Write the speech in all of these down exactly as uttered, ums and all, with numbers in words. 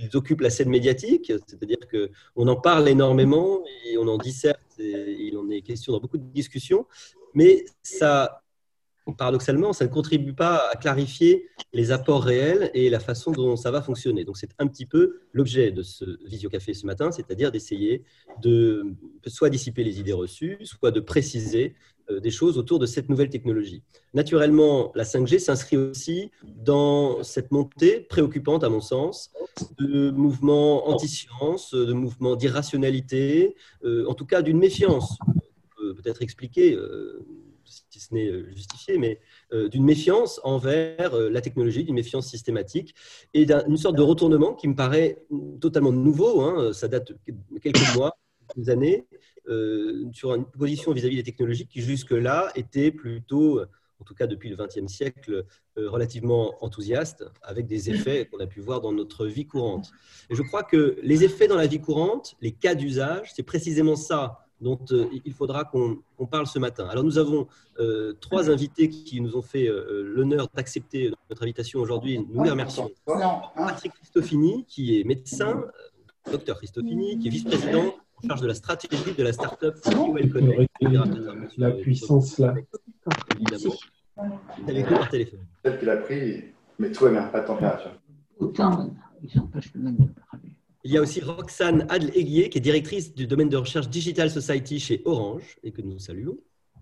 ils occupent la scène médiatique, c'est-à-dire qu'on en parle énormément et on en disserte et il en est question dans beaucoup de discussions, mais ça, paradoxalement, ça ne contribue pas à clarifier les apports réels et la façon dont ça va fonctionner. Donc, c'est un petit peu l'objet de ce Visiocafé ce matin, c'est-à-dire d'essayer de soit dissiper les idées reçues, soit de préciser des choses autour de cette nouvelle technologie. Naturellement, la cinq G s'inscrit aussi dans cette montée préoccupante, à mon sens, de mouvements anti-science, de mouvements d'irrationalité, euh, en tout cas d'une méfiance, euh, peut-être expliquée, euh, si ce n'est justifié, mais euh, d'une méfiance envers euh, la technologie, d'une méfiance systématique et d'une sorte de retournement qui me paraît totalement nouveau, hein, ça date de quelques mois, quelques années, euh, sur une position vis-à-vis des technologies qui jusque-là était plutôt, en tout cas depuis le vingtième siècle, euh, relativement enthousiaste, avec des effets qu'on a pu voir dans notre vie courante. Et je crois que les effets dans la vie courante, les cas d'usage, c'est précisément ça dont euh, il faudra qu'on qu'on parle ce matin. Alors nous avons euh, trois invités qui nous ont fait euh, l'honneur d'accepter notre invitation aujourd'hui. Nous les remercions. Patrick Cristofini, qui est médecin, euh, docteur Cristofini, qui est vice-président en charge de la stratégie de la start-up Fuel Connect. La puissance là. Évidemment. Il est avec nous par téléphone. Peut-être qu'il a pris, mais tout va bien, pas de température. Autant, ils empêchent le même de parler. Il y a aussi Roxane Adl-Eguier, qui est directrice du domaine de recherche Digital Society chez Orange, et que nous saluons.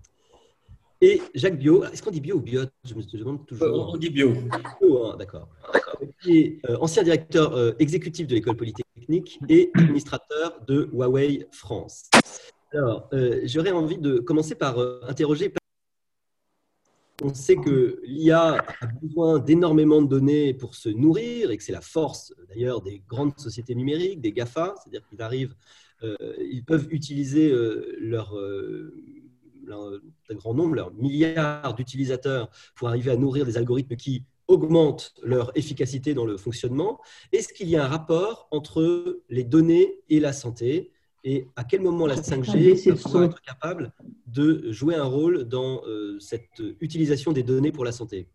Et Jacques Biot, est-ce qu'on dit bio ou bio? Je me demande toujours. On dit bio. Bio, hein, d'accord. Qui est euh, ancien directeur euh, exécutif de l'école polytechnique et administrateur de Huawei France. Alors, euh, j'aurais envie de commencer par euh, interroger. On sait que l'I A a besoin d'énormément de données pour se nourrir et que c'est la force d'ailleurs des grandes sociétés numériques, des GAFA, c'est-à-dire qu'ils arrivent, euh, ils peuvent utiliser euh, leur, euh, leur un grand nombre, leurs milliards d'utilisateurs pour arriver à nourrir des algorithmes qui augmentent leur efficacité dans le fonctionnement. Est-ce qu'il y a un rapport entre les données et la santé ? Et à quel moment la cinq G va pouvoir être capable de jouer un rôle dans euh, cette utilisation des données pour la santé?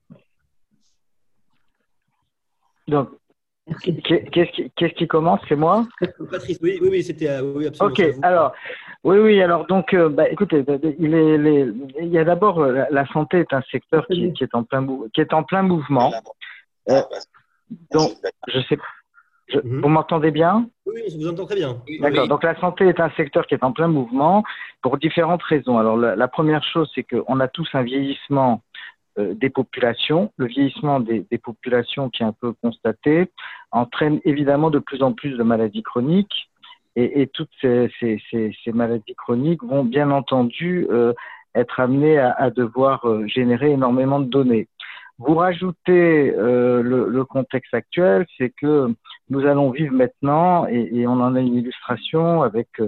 Donc, qu'est-ce qui, qu'est-ce qui commence? C'est moi? Patrice, oui, oui, oui c'était oui, absolument. Ok, alors, oui, oui, alors donc, euh, bah, écoutez, il, est, les, il y a d'abord, la, la santé est un secteur qui, qui, est, en plein, qui est en plein mouvement. Euh, donc, je sais pas. Je, mmh. Vous m'entendez bien? Oui, je vous entends très bien. D'accord. Oui. Donc la santé est un secteur qui est en plein mouvement pour différentes raisons. Alors la, la première chose, c'est qu'on a tous un vieillissement euh, des populations. Le vieillissement des, des populations qui est un peu constaté entraîne évidemment de plus en plus de maladies chroniques et, et toutes ces, ces, ces, ces maladies chroniques vont bien entendu euh, être amenées à, à devoir euh, générer énormément de données. Vous rajoutez euh, le, le contexte actuel, c'est que nous allons vivre maintenant, et, et on en a une illustration avec euh,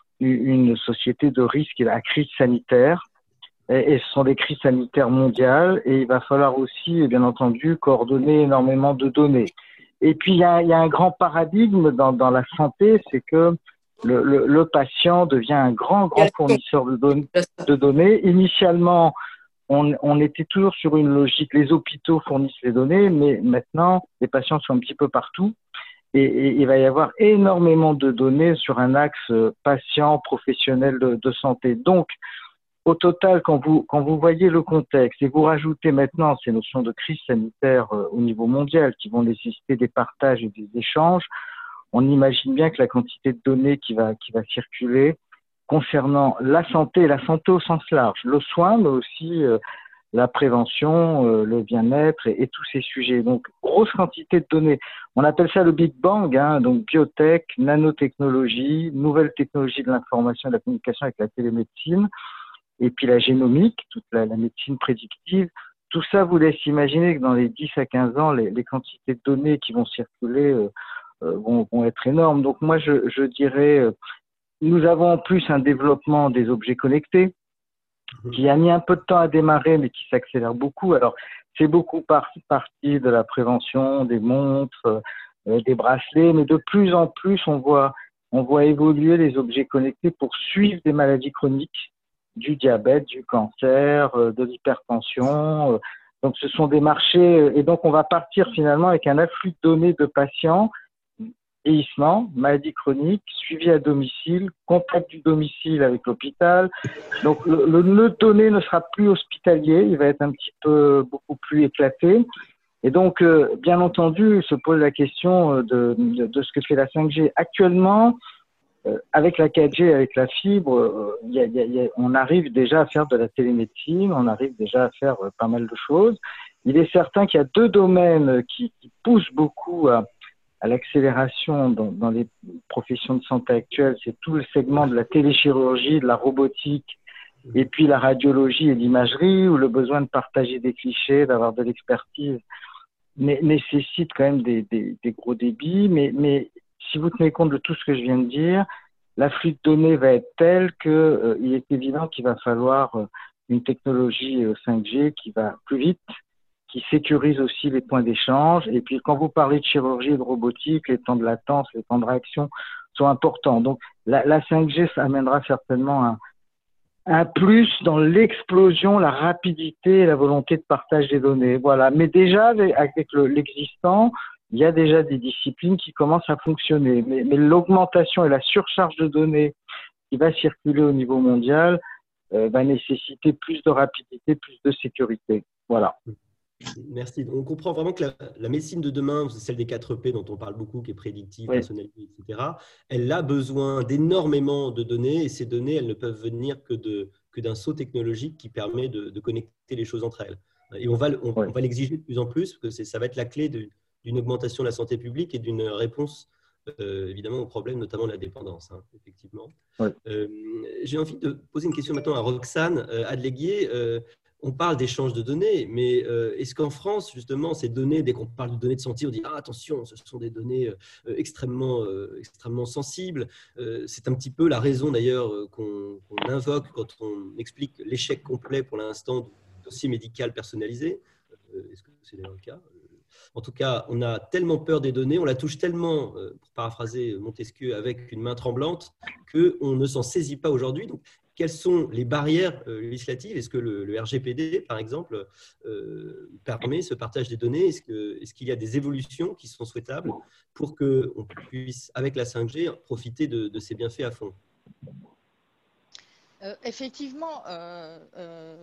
une société de risque et la crise sanitaire. Et, et ce sont des crises sanitaires mondiales, et il va falloir aussi, bien entendu, coordonner énormément de données. Et puis, il y a, il y a un grand paradigme dans, dans la santé, c'est que le, le, le patient devient un grand, grand fournisseur de, don de données. Initialement, On, on était toujours sur une logique, les hôpitaux fournissent les données, mais maintenant, les patients sont un petit peu partout et, et il va y avoir énormément de données sur un axe patient, professionnel de, de santé. Donc, au total, quand vous, quand vous voyez le contexte et vous rajoutez maintenant ces notions de crise sanitaire euh, au niveau mondial qui vont nécessiter des partages et des échanges, on imagine bien que la quantité de données qui va, qui va circuler concernant la santé, la santé au sens large, le soin, mais aussi euh, la prévention, euh, le bien-être et, et tous ces sujets. Donc, grosse quantité de données. On appelle ça le Big Bang, hein, donc biotech, nanotechnologie, nouvelles technologies de l'information et de la communication avec la télémédecine, et puis la génomique, toute la, la médecine prédictive. Tout ça vous laisse imaginer que dans les dix à quinze ans, les, les quantités de données qui vont circuler euh, euh, vont, vont être énormes. Donc, moi, je, je dirais... Euh, Nous avons en plus un développement des objets connectés qui a mis un peu de temps à démarrer, mais qui s'accélère beaucoup. Alors, c'est beaucoup partie partie de la prévention, des montres, euh, des bracelets, mais de plus en plus, on voit, on voit évoluer les objets connectés pour suivre des maladies chroniques, du diabète, du cancer, euh, de l'hypertension. Euh, donc, ce sont des marchés, et donc on va partir finalement avec un afflux de données de patients vieillissement, maladie chronique, suivi à domicile, contact du domicile avec l'hôpital. Donc, le, le nœud de données ne sera plus hospitalier, il va être un petit peu beaucoup plus éclaté. Et donc, euh, bien entendu, se pose la question de, de, de ce que fait la cinq G. Actuellement, euh, avec la quatre G, avec la fibre, euh, y a, y a, y a, on arrive déjà à faire de la télémédecine, on arrive déjà à faire euh, pas mal de choses. Il est certain qu'il y a deux domaines qui, qui poussent beaucoup à, à l'accélération dans, dans les professions de santé actuelles. C'est tout le segment de la téléchirurgie, de la robotique, et puis la radiologie et l'imagerie, où le besoin de partager des clichés, d'avoir de l'expertise, nécessite quand même des, des, des gros débits. Mais, mais si vous tenez compte de tout ce que je viens de dire, l'afflux de données va être tel qu'il euh, est évident qu'il va falloir euh, une technologie euh, cinq G qui va plus vite, qui sécurise aussi les points d'échange. Et puis, quand vous parlez de chirurgie et de robotique, les temps de latence, les temps de réaction sont importants. Donc, la, la cinq G, ça amènera certainement un, un plus dans l'explosion, la rapidité et la volonté de partage des données. Voilà. Mais déjà, avec, avec le, l'existant, il y a déjà des disciplines qui commencent à fonctionner. Mais, mais l'augmentation et la surcharge de données qui va circuler au niveau mondial euh, va nécessiter plus de rapidité, plus de sécurité. Voilà. Merci. On comprend vraiment que la, la médecine de demain, celle des quatre P dont on parle beaucoup, qui est prédictive, Oui. personnalisée, et cetera, elle a besoin d'énormément de données et ces données, elles ne peuvent venir que, de, que d'un saut technologique qui permet de, de connecter les choses entre elles. Et on va, on, Oui. on va l'exiger de plus en plus parce que c'est, ça va être la clé de, d'une augmentation de la santé publique et d'une réponse euh, évidemment au problème, notamment de la dépendance, hein, effectivement. Oui. Euh, j'ai envie de poser une question maintenant à Roxane euh, Adleguier. Euh, On parle d'échange de données, mais euh, est-ce qu'en France, justement, ces données, dès qu'on parle de données de santé, on dit ah, attention, ce sont des données euh, extrêmement, euh, extrêmement sensibles. Euh, c'est un petit peu la raison d'ailleurs qu'on, qu'on invoque quand on explique l'échec complet pour l'instant du dossier médical personnalisé. Euh, est-ce que c'est d'ailleurs le cas ? En tout cas, on a tellement peur des données, on la touche tellement, euh, pour paraphraser Montesquieu, avec une main tremblante, qu'on ne s'en saisit pas aujourd'hui. Donc, quelles sont les barrières euh, législatives ? Est-ce que le, le R G P D, par exemple, euh, permet ce partage des données ? Est-ce, que, est-ce qu'il y a des évolutions qui sont souhaitables pour qu'on puisse, avec la cinq G, profiter de, de ces bienfaits à fond ? euh, Effectivement, euh, euh,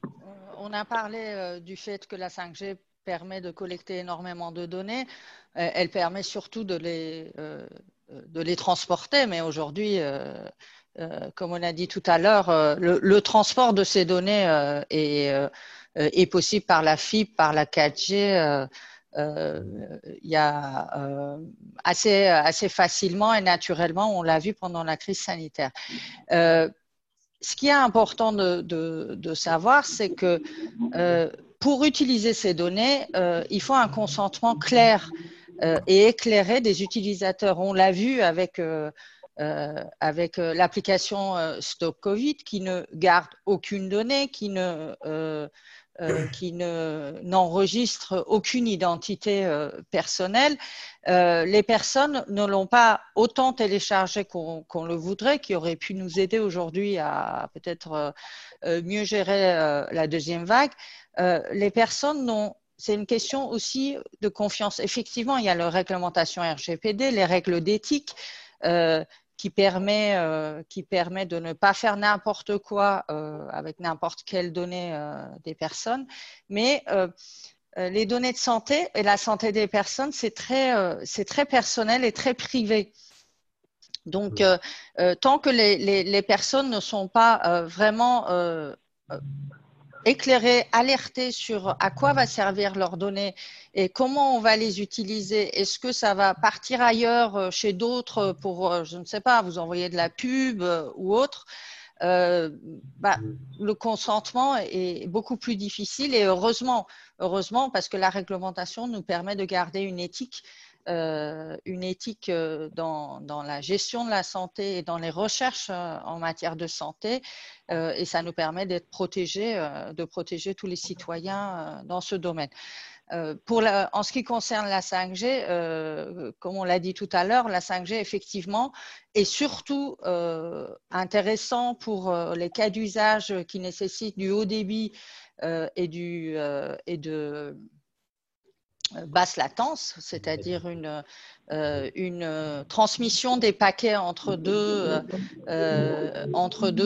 on a parlé euh, du fait que la cinq G permet de collecter énormément de données. Euh, elle permet surtout de les, euh, de les transporter, mais aujourd'hui, euh, Euh, comme on a dit tout à l'heure, euh, le, le transport de ces données euh, est, euh, est possible par la fibre, par la quatre G. Euh, euh, il y a euh, assez, assez facilement et naturellement, on l'a vu pendant la crise sanitaire. Euh, ce qui est important de, de, de savoir, c'est que euh, pour utiliser ces données, euh, il faut un consentement clair euh, et éclairé des utilisateurs. On l'a vu avec euh, Euh, avec euh, l'application euh, Stop Covid qui ne garde aucune donnée, qui ne, euh, euh, qui ne, n'enregistre aucune identité euh, personnelle. Euh, les personnes ne l'ont pas autant téléchargé qu'on, qu'on le voudrait, qui aurait pu nous aider aujourd'hui à peut-être euh, mieux gérer euh, la deuxième vague. Euh, les personnes n'ont C'est une question aussi de confiance. Effectivement, il y a la réglementation R G P D, les règles d'éthique, euh, qui permet, euh, qui permet de ne pas faire n'importe quoi euh, avec n'importe quelle donnée euh, des personnes. Mais euh, les données de santé et la santé des personnes, c'est très, euh, c'est très personnel et très privé. Donc, euh, euh, tant que les, les, les personnes ne sont pas euh, vraiment euh, éclairées, alertées sur à quoi va servir leurs données et comment on va les utiliser. Est-ce que ça va partir ailleurs chez d'autres pour, je ne sais pas, vous envoyer de la pub ou autre? Euh, bah, le consentement est beaucoup plus difficile et heureusement, heureusement parce que la réglementation nous permet de garder une éthique Euh, une éthique euh, dans, dans la gestion de la santé et dans les recherches euh, en matière de santé euh, et ça nous permet d'être protégés, euh, de protéger tous les citoyens euh, dans ce domaine. Euh, pour la, en ce qui concerne la cinq G, euh, comme on l'a dit tout à l'heure, la cinq G effectivement est surtout euh, intéressant pour euh, les cas d'usage qui nécessitent du haut débit euh, et, du, euh, et de basse latence, c'est-à-dire une, euh, une euh, transmission des paquets entre deux, euh, entre deux,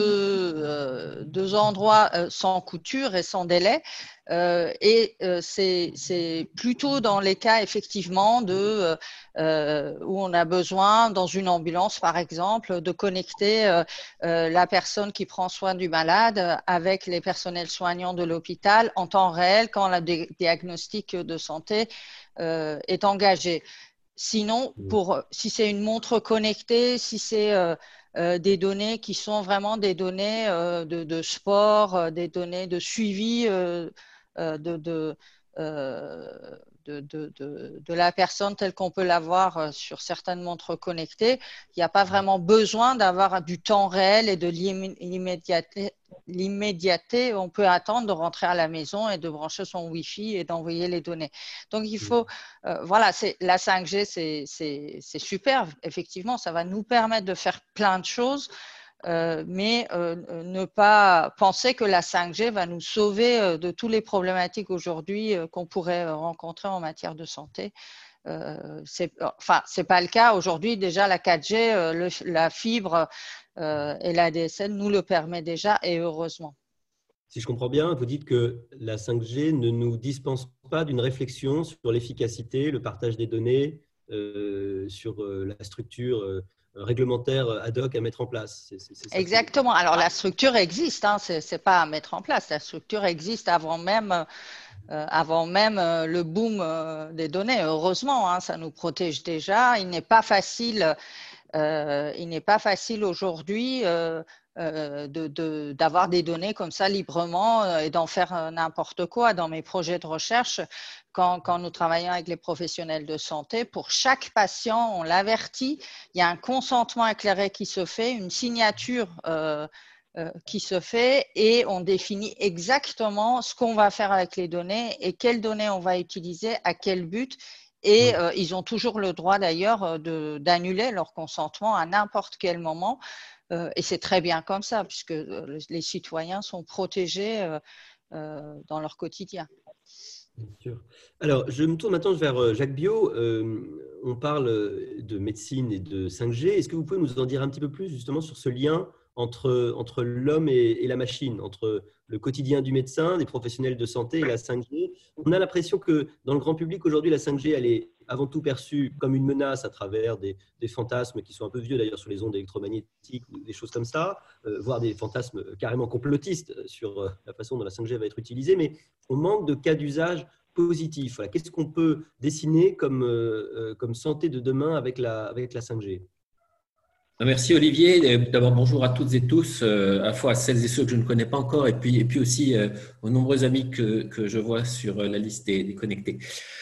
euh, deux endroits euh, sans couture et sans délai. Euh, et euh, c'est, c'est plutôt dans les cas effectivement de, euh, où on a besoin, dans une ambulance par exemple, de connecter euh, euh, la personne qui prend soin du malade avec les personnels soignants de l'hôpital en temps réel quand le dé- diagnostic de santé euh, est engagé. Sinon, pour, si c'est une montre connectée, si c'est euh, euh, des données qui sont vraiment des données euh, de, de sport, euh, des données de suivi euh, euh, de, de, euh, de, de, de, de la personne telle qu'on peut l'avoir sur certaines montres connectées, il n'y a pas vraiment besoin d'avoir du temps réel et de l'immédiateté. L'immédiateté, on peut attendre de rentrer à la maison et de brancher son Wi-Fi et d'envoyer les données. Donc, il faut, euh, voilà, c'est, la cinq G, c'est, c'est, c'est super. Effectivement, ça va nous permettre de faire plein de choses. Euh, mais euh, ne pas penser que la cinq G va nous sauver euh, de toutes les problématiques aujourd'hui euh, qu'on pourrait rencontrer en matière de santé. Euh, c'est, enfin, c'est pas le cas aujourd'hui. Déjà, la quatre G, euh, le, la fibre euh, et la D S L nous le permet déjà, et heureusement. Si je comprends bien, vous dites que la cinq G ne nous dispense pas d'une réflexion sur l'efficacité, le partage des données, euh, sur euh, la structure euh, réglementaire ad hoc à mettre en place. C'est, c'est, c'est ça. Exactement. Alors, la structure existe, hein, c'est, c'est pas à mettre en place. La structure existe avant même, euh, avant même euh, le boom euh, des données. Heureusement, hein, ça nous protège déjà. Il n'est pas facile, euh, il n'est pas facile aujourd'hui euh, euh, de, de, d'avoir des données comme ça librement euh, et d'en faire euh, n'importe quoi. Dans mes projets de recherche, quand, quand nous travaillons avec les professionnels de santé, pour chaque patient, on l'avertit, il y a un consentement éclairé qui se fait, une signature euh, euh, qui se fait, et on définit exactement ce qu'on va faire avec les données et quelles données on va utiliser, à quel but. Et euh, ils ont toujours le droit d'ailleurs de, d'annuler leur consentement à n'importe quel moment. Euh, et c'est très bien comme ça, puisque euh, les citoyens sont protégés euh, euh, dans leur quotidien. Bien sûr. Alors, je me tourne maintenant vers Jacques Biot. Euh, on parle de médecine et de cinq G. Est-ce que vous pouvez nous en dire un petit peu plus justement sur ce lien entre, entre l'homme et, et la machine, entre le quotidien du médecin, des professionnels de santé et la cinq G? On a l'impression que dans le grand public aujourd'hui, la cinq G, elle est avant tout perçue comme une menace à travers des, des fantasmes qui sont un peu vieux d'ailleurs sur les ondes électromagnétiques ou des choses comme ça, euh, voire des fantasmes carrément complotistes sur la façon dont la cinq G va être utilisée. Mais on manque de cas d'usage positifs. Voilà. Qu'est-ce qu'on peut dessiner comme, euh, comme santé de demain avec la, avec la cinq G? Merci Olivier. D'abord, bonjour à toutes et tous, euh, à la fois à celles et ceux que je ne connais pas encore, et puis, et puis aussi euh, aux nombreux amis que, que je vois sur la liste des, des connectés.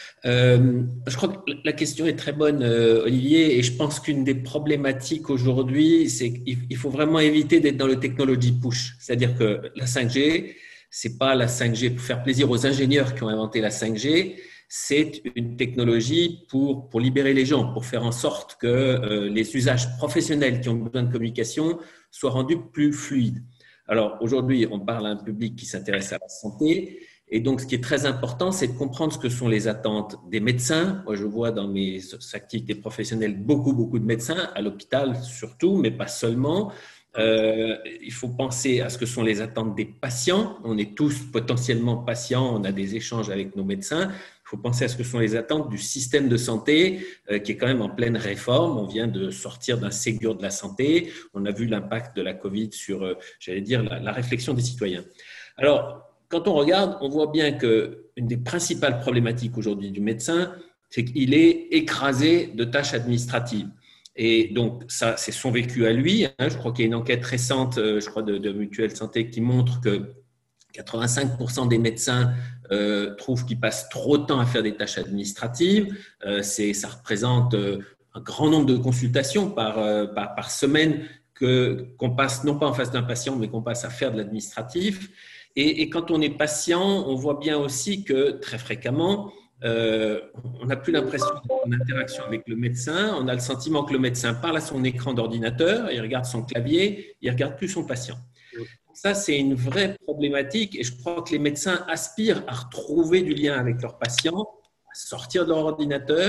Euh, je crois que la question est très bonne, euh, Olivier, et je pense qu'une des problématiques aujourd'hui, c'est qu'il faut vraiment éviter d'être dans le technology push. C'est-à-dire que la cinq G, c'est pas la cinq G pour faire plaisir aux ingénieurs qui ont inventé la cinq G, c'est une technologie pour, pour libérer les gens, pour faire en sorte que euh, les usages professionnels qui ont besoin de communication soient rendus plus fluides. Alors aujourd'hui, on parle à un public qui s'intéresse à la santé, et donc ce qui est très important, c'est de comprendre ce que sont les attentes des médecins. Moi, je vois dans mes activités professionnelles beaucoup, beaucoup de médecins, à l'hôpital surtout, mais pas seulement. Euh, il faut penser à ce que sont les attentes des patients. On est tous potentiellement patients, on a des échanges avec nos médecins. Il faut penser à ce que sont les attentes du système de santé euh, qui est quand même en pleine réforme. On vient de sortir d'un Ségur de la santé. On a vu l'impact de la Covid sur, euh, j'allais dire, la, la réflexion des citoyens. Alors, quand on regarde, on voit bien qu'une des principales problématiques aujourd'hui du médecin, c'est qu'il est écrasé de tâches administratives. Et donc, ça, c'est son vécu à lui. Hein. Je crois qu'il y a une enquête récente, je crois, de, de Mutuelle Santé qui montre que quatre-vingt-cinq pour cent des médecins euh, trouvent qu'ils passent trop de temps à faire des tâches administratives. Euh, c'est, ça représente euh, un grand nombre de consultations par, euh, par, par semaine que, qu'on passe, non pas en face d'un patient, mais qu'on passe à faire de l'administratif. Et, et quand on est patient, on voit bien aussi que très fréquemment, Euh, on n'a plus l'impression d'être en interaction avec le médecin. On a le sentiment que le médecin parle à son écran d'ordinateur, il regarde son clavier, il ne regarde plus son patient. Ça, c'est une vraie problématique et je crois que les médecins aspirent à retrouver du lien avec leurs patients, à sortir de leur ordinateur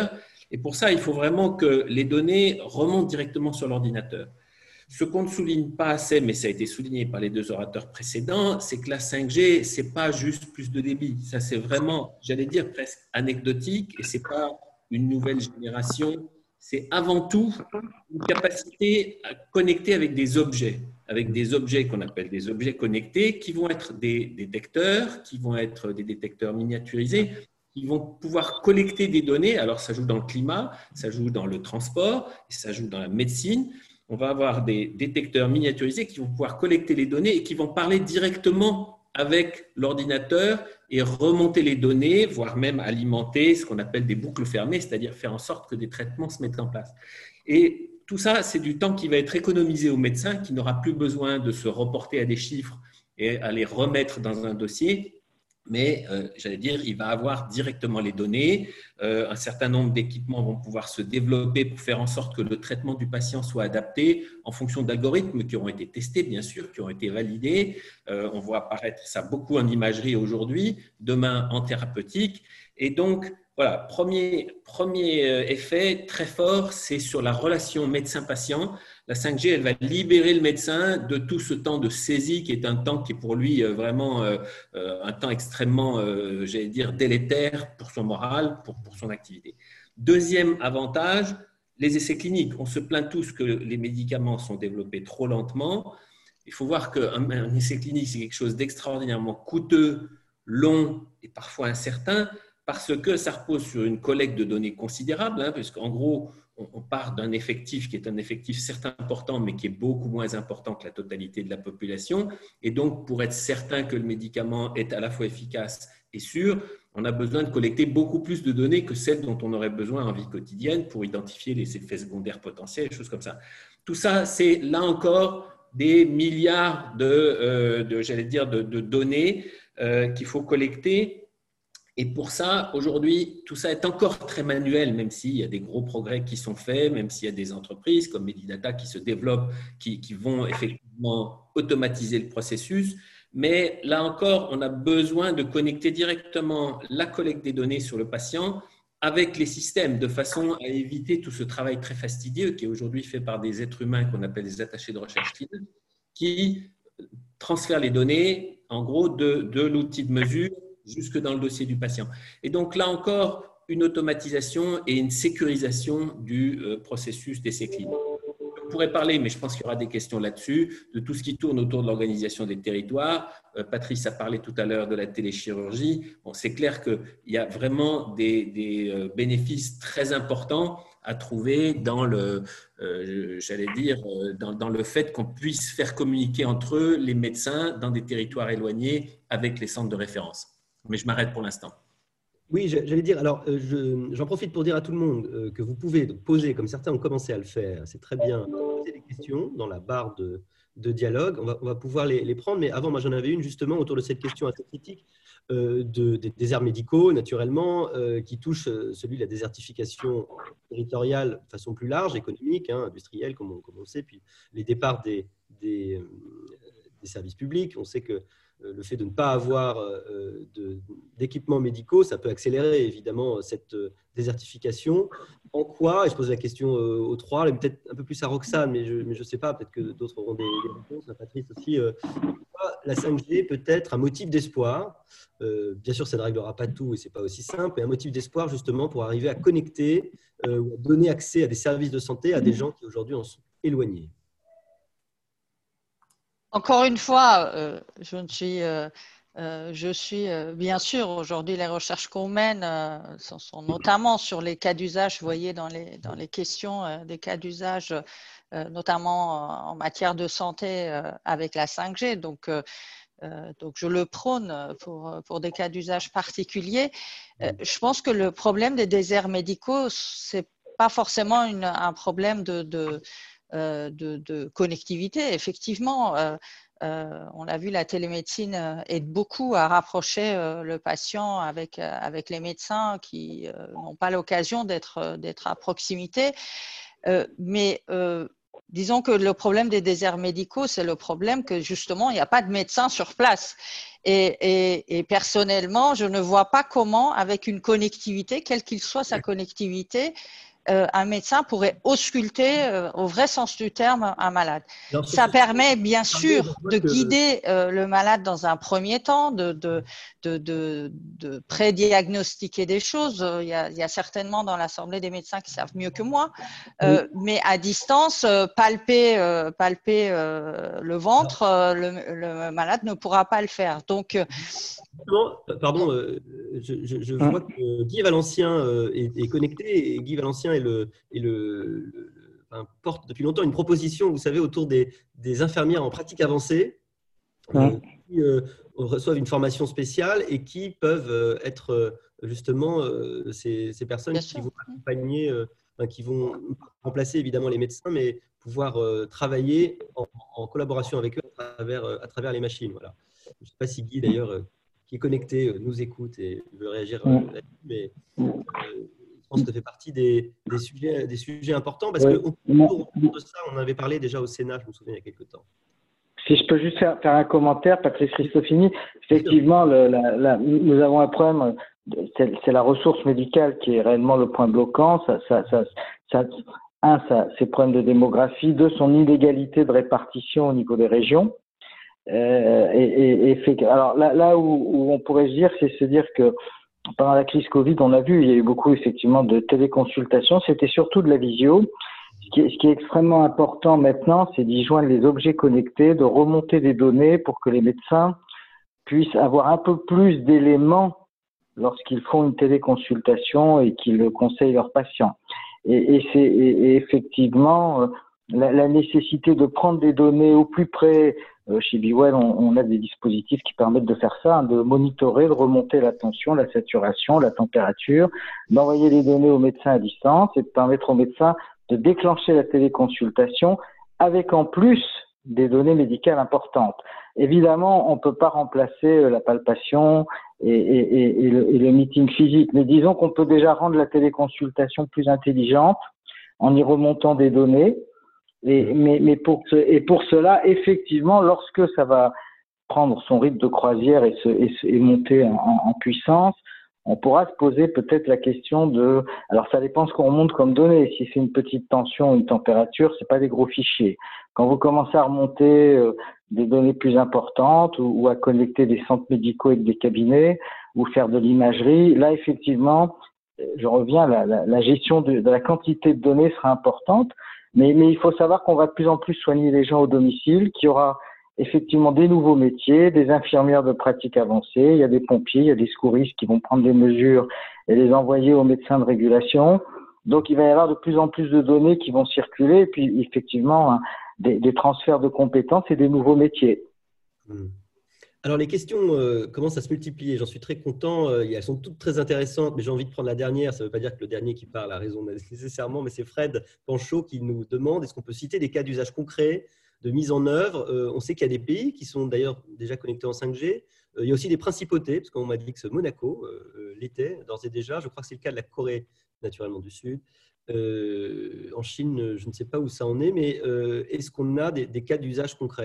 Et pour ça, il faut vraiment que les données remontent directement sur l'ordinateur. Ce qu'on ne souligne pas assez, mais ça a été souligné par les deux orateurs précédents, c'est que la cinq G, ce n'est pas juste plus de débit. Ça, c'est vraiment, j'allais dire, presque anecdotique et ce n'est pas une nouvelle génération. C'est avant tout une capacité à connecter avec des objets, avec des objets qu'on appelle des objets connectés, qui vont être des détecteurs, qui vont être des détecteurs miniaturisés, qui vont pouvoir collecter des données. Alors, ça joue dans le climat, ça joue dans le transport, et ça joue dans la médecine. On va avoir des détecteurs miniaturisés qui vont pouvoir collecter les données et qui vont parler directement avec l'ordinateur et remonter les données, voire même alimenter ce qu'on appelle des boucles fermées, c'est-à-dire faire en sorte que des traitements se mettent en place. Et tout ça, c'est du temps qui va être économisé au médecin, qui n'aura plus besoin de se reporter à des chiffres et à les remettre dans un dossier. Mais, euh, j'allais dire, il va avoir directement les données. Euh, un certain nombre d'équipements vont pouvoir se développer pour faire en sorte que le traitement du patient soit adapté en fonction d'algorithmes qui auront été testés, bien sûr, qui ont été validés. Euh, on voit apparaître ça beaucoup en imagerie aujourd'hui, demain en thérapeutique. Et donc, voilà, premier, premier effet très fort, c'est sur la relation médecin-patient. La cinq G, elle va libérer le médecin de tout ce temps de saisie qui est un temps qui est pour lui vraiment un temps extrêmement, j'allais dire, délétère pour son moral, pour, pour son activité. Deuxième avantage, les essais cliniques. On se plaint tous que les médicaments sont développés trop lentement. Il faut voir qu'un un essai clinique, c'est quelque chose d'extraordinairement coûteux, long et parfois incertain, parce que ça repose sur une collecte de données considérable, hein, parce qu'en gros, on part d'un effectif qui est un effectif certes important, mais qui est beaucoup moins important que la totalité de la population. Et donc, pour être certain que le médicament est à la fois efficace et sûr, on a besoin de collecter beaucoup plus de données que celles dont on aurait besoin en vie quotidienne pour identifier les effets secondaires potentiels, des choses comme ça. Tout ça, c'est là encore des milliards de, euh, de j'allais dire, de, de données euh, qu'il faut collecter. Et pour ça, aujourd'hui, tout ça est encore très manuel, même s'il y a des gros progrès qui sont faits, même s'il y a des entreprises comme Medidata qui se développent, qui, qui vont effectivement automatiser le processus. Mais là encore, on a besoin de connecter directement la collecte des données sur le patient avec les systèmes, de façon à éviter tout ce travail très fastidieux qui est aujourd'hui fait par des êtres humains qu'on appelle des attachés de recherche clinique, qui transfèrent les données, en gros, de, de l'outil de mesure jusque dans le dossier du patient. Et donc là encore, une automatisation et une sécurisation du processus d'essai clinique. On pourrait parler, mais je pense qu'il y aura des questions là-dessus, de tout ce qui tourne autour de l'organisation des territoires. Patrice a parlé tout à l'heure de la téléchirurgie. Bon, c'est clair qu'il y a vraiment des, des bénéfices très importants à trouver dans le, euh, j'allais dire, dans, dans le fait qu'on puisse faire communiquer entre eux les médecins dans des territoires éloignés avec les centres de référence. Mais je m'arrête pour l'instant. Oui, j'allais dire, alors je, j'en profite pour dire à tout le monde euh, que vous pouvez donc, poser, comme certains ont commencé à le faire, c'est très bien, poser des questions dans la barre de, de dialogue. On va, on va pouvoir les, les prendre, mais avant, moi j'en avais une justement autour de cette question assez critique euh, de, des déserts médicaux, naturellement, euh, qui touche euh, celui de la désertification territoriale de façon plus large, économique, hein, industrielle, comme on, comme on le sait, puis les départs des, des, des services publics. On sait que le fait de ne pas avoir de, d'équipements médicaux, ça peut accélérer évidemment cette désertification. En quoi, et je pose la question aux trois, peut-être un peu plus à Roxane, mais je ne mais je sais pas, peut-être que d'autres auront des, des réponses, à Patrice aussi, euh, la cinq G peut être un motif d'espoir. Euh, bien sûr, ça ne réglera pas tout et ce n'est pas aussi simple, mais un motif d'espoir justement pour arriver à connecter euh, ou à donner accès à des services de santé à des gens qui aujourd'hui en sont éloignés. Encore une fois, euh, je, ne suis, euh, euh, je suis euh, bien sûr, aujourd'hui, les recherches qu'on mène euh, sont, sont notamment sur les cas d'usage, vous voyez dans les, dans les questions, euh, des cas d'usage, euh, notamment en matière de santé euh, avec la cinq G. Donc, euh, euh, donc, je le prône pour, pour des cas d'usage particuliers. Euh, je pense que le problème des déserts médicaux, ce n'est pas forcément une, un problème de… de Euh, de, de connectivité. Effectivement, euh, euh, on l'a vu, la télémédecine euh, aide beaucoup à rapprocher euh, le patient avec, euh, avec les médecins qui euh, n'ont pas l'occasion d'être, d'être à proximité. Euh, mais euh, disons que le problème des déserts médicaux, c'est le problème que justement, il n'y a pas de médecin sur place. Et, et, et personnellement, je ne vois pas comment, avec une connectivité, quelle qu'il soit sa connectivité, euh, un médecin pourrait ausculter, euh, au vrai sens du terme, un malade. Alors, ça permet bien sûr de guider euh, le malade dans un premier temps, de, de, de, de, de pré-diagnostiquer des choses. Il y, a, il y a certainement dans l'Assemblée des médecins qui savent mieux que moi, euh, oui. Mais à distance, euh, palper, euh, palper euh, le ventre, euh, le, le malade ne pourra pas le faire. Donc, euh, pardon, euh, je, je, je vois que Guy Valencien euh, est, est connecté et Guy Valencien est le, est le, le enfin, porte depuis longtemps une proposition, vous savez, autour des, des infirmières en pratique avancée euh, qui euh, reçoivent une formation spéciale et qui peuvent euh, être justement euh, ces, ces personnes Bien qui sûr. vont accompagner, euh, enfin, qui vont remplacer évidemment les médecins, mais pouvoir euh, travailler en, en collaboration avec eux à travers, à travers les machines. Voilà. Je ne sais pas si Guy d'ailleurs qui est connecté, nous écoute et veut réagir euh, là-dessus, mais euh, je pense que ça fait partie des, des, sujets, des sujets importants parce ouais. qu'autour de ça, on avait parlé déjà au Sénat, je me souviens, il y a quelques temps. Si je peux juste faire, faire un commentaire, Patrice Cristofini, effectivement, le, la, la, nous avons un problème, c'est, c'est la ressource médicale qui est réellement le point bloquant. Ça, ça, ça, ça, un, ça, c'est problème de démographie, deux, son inégalité de répartition au niveau des régions. Euh, et, et, et fait, alors là, là où, où on pourrait se dire, c'est se dire que pendant la crise Covid, on a vu, il y a eu beaucoup effectivement de téléconsultations, c'était surtout de la visio. Ce qui est, ce qui est extrêmement important maintenant, c'est d'y joindre les objets connectés, de remonter des données pour que les médecins puissent avoir un peu plus d'éléments lorsqu'ils font une téléconsultation et qu'ils conseillent leurs patients. Et, et c'est et, et effectivement la, la nécessité de prendre des données au plus près. Chez BeWell, on, on a des dispositifs qui permettent de faire ça, hein, de monitorer, de remonter la tension, la saturation, la température, d'envoyer les données aux médecins à distance et de permettre aux médecins de déclencher la téléconsultation avec en plus des données médicales importantes. Évidemment, on ne peut pas remplacer la palpation et, et, et, et, le, et le meeting physique, mais disons qu'on peut déjà rendre la téléconsultation plus intelligente en y remontant des données. Et, mais, mais pour ce, et pour cela, effectivement, lorsque ça va prendre son rythme de croisière et, se, et, et monter en, en puissance, on pourra se poser peut-être la question de… Alors, ça dépend ce qu'on remonte comme données. Si c'est une petite tension, une température, c'est pas des gros fichiers. Quand vous commencez à remonter euh, des données plus importantes ou, ou à connecter des centres médicaux avec des cabinets ou faire de l'imagerie, là, effectivement, je reviens, la, la, la gestion de, de la quantité de données sera importante. Mais, mais il faut savoir qu'on va de plus en plus soigner les gens au domicile, qu'il y aura effectivement des nouveaux métiers, des infirmières de pratique avancée, il y a des pompiers, il y a des secouristes qui vont prendre des mesures et les envoyer aux médecins de régulation. Donc, il va y avoir de plus en plus de données qui vont circuler et puis effectivement hein, des, des transferts de compétences et des nouveaux métiers. Mmh. Alors, les questions euh, commencent à se multiplier. J'en suis très content. Euh, elles sont toutes très intéressantes, mais j'ai envie de prendre la dernière. Ça ne veut pas dire que le dernier qui parle a raison nécessairement, mais c'est Fred Panchaud qui nous demande est-ce qu'on peut citer des cas d'usage concrets de mise en œuvre. euh, On sait qu'il y a des pays qui sont d'ailleurs déjà connectés en cinq G. Euh, il y a aussi des principautés, parce qu'on m'a dit que Monaco euh, l'était d'ores et déjà. Je crois que c'est le cas de la Corée, naturellement, du Sud. Euh, en Chine, je ne sais pas où ça en est, mais euh, est-ce qu'on a des, des cas d'usage concrets ?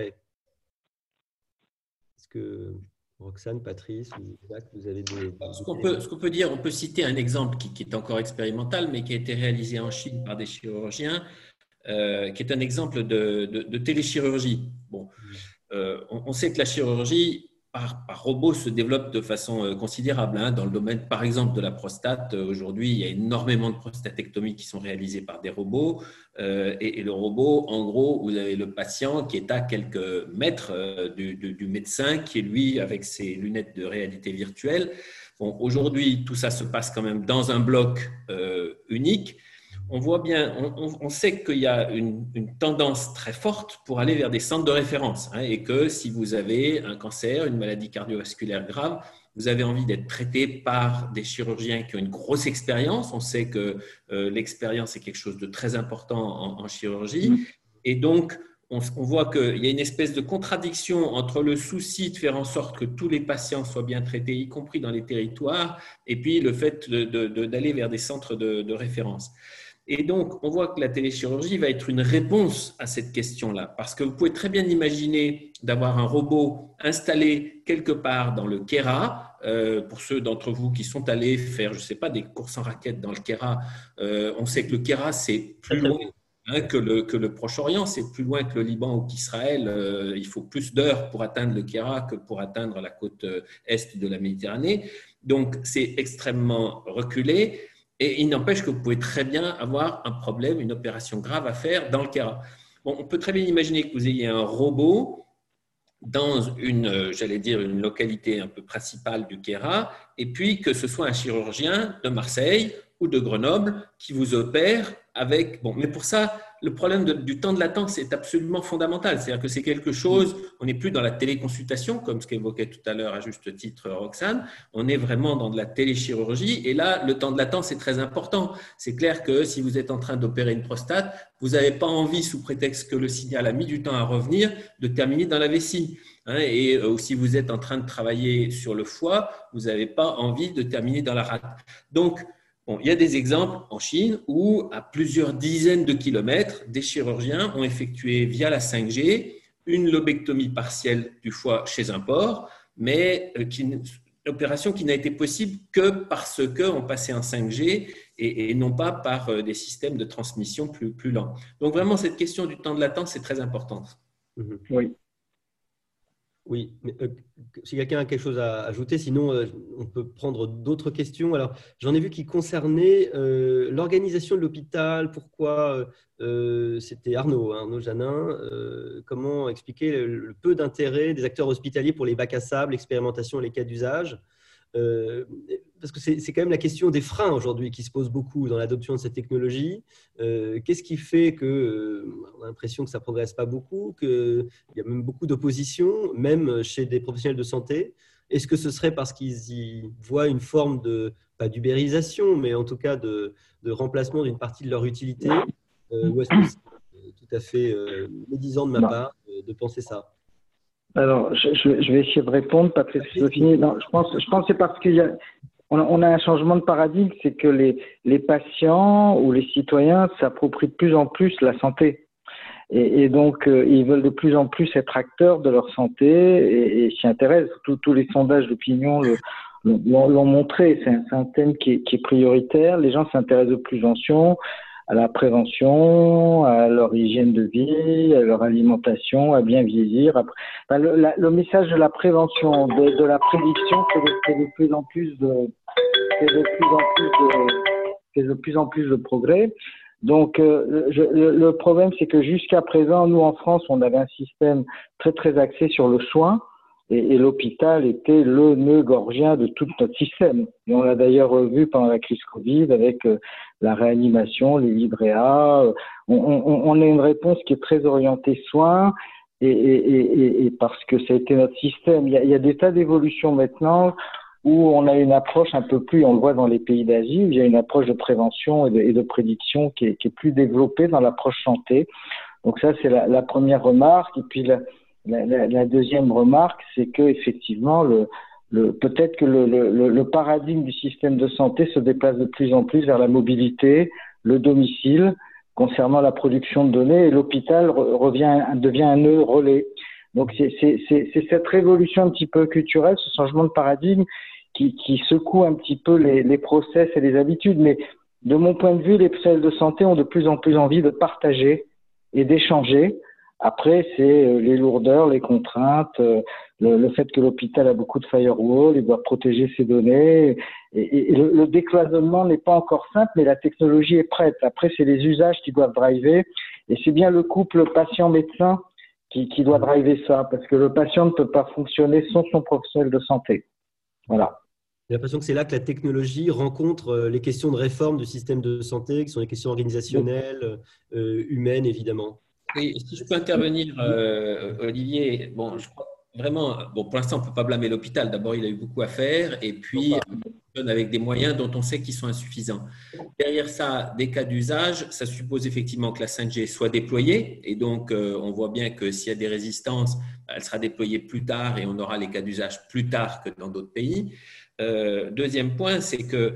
Est-ce que Roxane, Patrice ou Jacques, vous avez des… Ce qu'on peut, ce qu'on peut dire, on peut citer un exemple qui, qui est encore expérimental, mais qui a été réalisé en Chine par des chirurgiens, euh, qui est un exemple de, de, de téléchirurgie. Bon, euh, on, on sait que la chirurgie par, par robot se développe de façon considérable. Hein. Dans le domaine, par exemple, de la prostate, aujourd'hui, il y a énormément de prostatectomies qui sont réalisées par des robots. Euh, et, et le robot, en gros, vous avez le patient qui est à quelques mètres euh, du, du, du médecin, qui est lui avec ses lunettes de réalité virtuelle. Bon, aujourd'hui, tout ça se passe quand même dans un bloc euh, unique. On voit bien, on, on sait qu'il y a une, une tendance très forte pour aller vers des centres de référence hein, et que si vous avez un cancer, une maladie cardiovasculaire grave, vous avez envie d'être traité par des chirurgiens qui ont une grosse expérience. On sait que euh, l'expérience est quelque chose de très important en, en chirurgie. Et donc, on, on voit qu'il y a une espèce de contradiction entre le souci de faire en sorte que tous les patients soient bien traités, y compris dans les territoires, et puis le fait de, de, de, d'aller vers des centres de, de référence. Et donc, on voit que la téléchirurgie va être une réponse à cette question-là, parce que vous pouvez très bien imaginer d'avoir un robot installé quelque part dans le Kera. Euh, pour ceux d'entre vous qui sont allés faire, je ne sais pas, des courses en raquettes dans le Kera, euh, on sait que le Kera, c'est plus loin hein, que, le, que le Proche-Orient, c'est plus loin que le Liban ou qu'Israël. Euh, il faut plus d'heures pour atteindre le Kera que pour atteindre la côte est de la Méditerranée. Donc, c'est extrêmement reculé. Et il n'empêche que vous pouvez très bien avoir un problème, une opération grave à faire dans le Kera. Bon, on peut très bien imaginer que vous ayez un robot dans une, j'allais dire, une localité un peu principale du Kera, et puis que ce soit un chirurgien de Marseille ou de Grenoble qui vous opère avec… Bon, mais pour ça, le problème de, du temps de latence est absolument fondamental. C'est-à-dire que c'est quelque chose, on n'est plus dans la téléconsultation, comme ce qu'évoquait tout à l'heure à juste titre Roxane, on est vraiment dans de la téléchirurgie. Et là, le temps de latence est très important. C'est clair que si vous êtes en train d'opérer une prostate, vous n'avez pas envie, sous prétexte que le signal a mis du temps à revenir, de terminer dans la vessie. Hein, et euh, si vous êtes en train de travailler sur le foie, vous n'avez pas envie de terminer dans la rate. Donc, bon, il y a des exemples en Chine où, à plusieurs dizaines de kilomètres, des chirurgiens ont effectué via la cinq G une lobectomie partielle du foie chez un porc, mais qui, une opération qui n'a été possible que parce qu'on passait en cinq G et, et non pas par des systèmes de transmission plus, plus lents. Donc vraiment, cette question du temps de latence est très importante. Mmh. Oui. Oui, mais, euh, si quelqu'un a quelque chose à ajouter, sinon euh, on peut prendre d'autres questions. Alors, j'en ai vu qui concernaient euh, l'organisation de l'hôpital. Pourquoi euh, c'était Arnaud, hein, Arnaud Janin. Euh, comment expliquer le, le peu d'intérêt des acteurs hospitaliers pour les bacs à sable, l'expérimentation et les cas d'usage? Euh, parce que c'est, c'est quand même la question des freins aujourd'hui qui se pose beaucoup dans l'adoption de cette technologie. Euh, qu'est-ce qui fait qu'on euh, a l'impression que ça ne progresse pas beaucoup, qu'il y a même beaucoup d'opposition, même chez des professionnels de santé? Est-ce que ce serait parce qu'ils y voient une forme de, pas d'ubérisation, mais en tout cas de, de remplacement d'une partie de leur utilité, euh, ou est-ce que c'est tout à fait euh, médisant de ma part de, de penser ça? Alors, je, je vais essayer de répondre, Patrice Dauphine. Non, je pense, je pense que c'est parce qu'il y a, on a, on a un changement de paradigme, c'est que les, les patients ou les citoyens s'approprient de plus en plus la santé. Et, et donc, euh, ils veulent de plus en plus être acteurs de leur santé et, et s'y intéressent. Tous, tous les sondages d'opinion le, l'ont, l'ont montré. C'est un, c'est un thème qui est, qui est prioritaire. Les gens s'intéressent de plus en plus à la prévention, à leur hygiène de vie, à leur alimentation, à bien vieillir. Après, enfin, le, la, le message de la prévention, de, de la prédiction, c'est de, c'est de plus en plus de, c'est de plus en plus de, c'est de plus en plus de progrès. Donc, euh, je, le, le problème, c'est que jusqu'à présent, nous en France, on avait un système très très axé sur le soin. Et, et l'hôpital était le nœud gorgien de tout notre système. Et on l'a d'ailleurs vu pendant la crise Covid avec euh, la réanimation, les livrets A. On, on, on a une réponse qui est très orientée soins et, et, et, et parce que ça a été notre système. Il y a, il y a des tas d'évolutions maintenant où on a une approche un peu plus, on le voit dans les pays d'Asie, où il y a une approche de prévention et de, et de prédiction qui est, qui est plus développée dans l'approche santé. Donc ça, c'est la, la première remarque. Et puis la, La, la, la deuxième remarque, c'est que effectivement, le, le, peut-être que le, le, le paradigme du système de santé se déplace de plus en plus vers la mobilité, le domicile, concernant la production de données, et l'hôpital revient, devient un nœud relais. Donc c'est, c'est, c'est, c'est cette révolution un petit peu culturelle, ce changement de paradigme qui, qui secoue un petit peu les, les process et les habitudes. Mais de mon point de vue, les professionnels de santé ont de plus en plus envie de partager et d'échanger. Après, c'est les lourdeurs, les contraintes, le, le fait que l'hôpital a beaucoup de firewall, il doit protéger ses données. Et, et le, le décloisonnement n'est pas encore simple, mais la technologie est prête. Après, c'est les usages qui doivent driver. Et c'est bien le couple patient-médecin qui, qui doit driver ça, parce que le patient ne peut pas fonctionner sans son professionnel de santé. Voilà. J'ai l'impression que c'est là que la technologie rencontre les questions de réforme du système de santé, qui sont les questions organisationnelles, euh, humaines, évidemment. Oui, si je peux intervenir, euh, Olivier, bon, je crois vraiment, bon, pour l'instant, on ne peut pas blâmer l'hôpital. D'abord, il a eu beaucoup à faire et puis avec des moyens dont on sait qu'ils sont insuffisants. Derrière ça, des cas d'usage, ça suppose effectivement que la cinq G soit déployée et donc euh, on voit bien que s'il y a des résistances, elle sera déployée plus tard et on aura les cas d'usage plus tard que dans d'autres pays. Euh, deuxième point, c'est que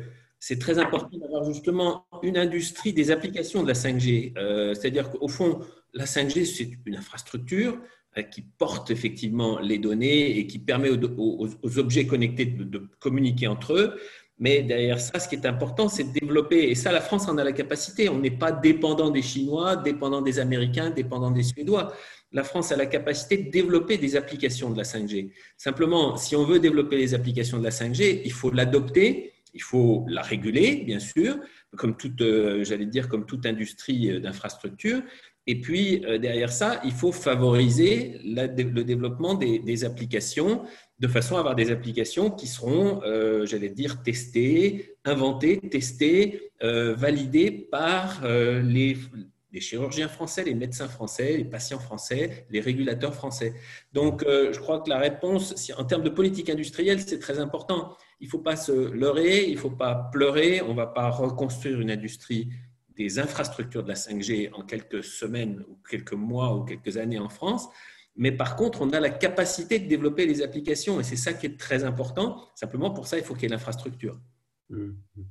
c'est très important d'avoir justement une industrie des applications de la cinq G. Euh, c'est-à-dire qu'au fond, la cinq G, c'est une infrastructure euh, qui porte effectivement les données et qui permet aux, aux, aux objets connectés de, de communiquer entre eux. Mais derrière ça, ce qui est important, c'est de développer, et ça, la France en a la capacité. On n'est pas dépendant des Chinois, dépendant des Américains, dépendant des Suédois. La France a la capacité de développer des applications de la cinq G. Simplement, si on veut développer les applications de la cinq G, il faut l'adopter, il faut la réguler, bien sûr, comme toute, euh, j'allais dire, comme toute industrie d'infrastructure. Et puis, euh, derrière ça, il faut favoriser la, le développement des, des applications de façon à avoir des applications qui seront, euh, j'allais dire, testées, inventées, testées, euh, validées par euh, les, les chirurgiens français, les médecins français, les patients français, les régulateurs français. Donc, euh, je crois que la réponse, si, en termes de politique industrielle, c'est très important. Il ne faut pas se leurrer, il ne faut pas pleurer, on ne va pas reconstruire une industrie des infrastructures de la cinq G en quelques semaines ou quelques mois ou quelques années en France. Mais par contre, on a la capacité de développer les applications et c'est ça qui est très important. Simplement, pour ça, il faut qu'il y ait l'infrastructure. Mmh.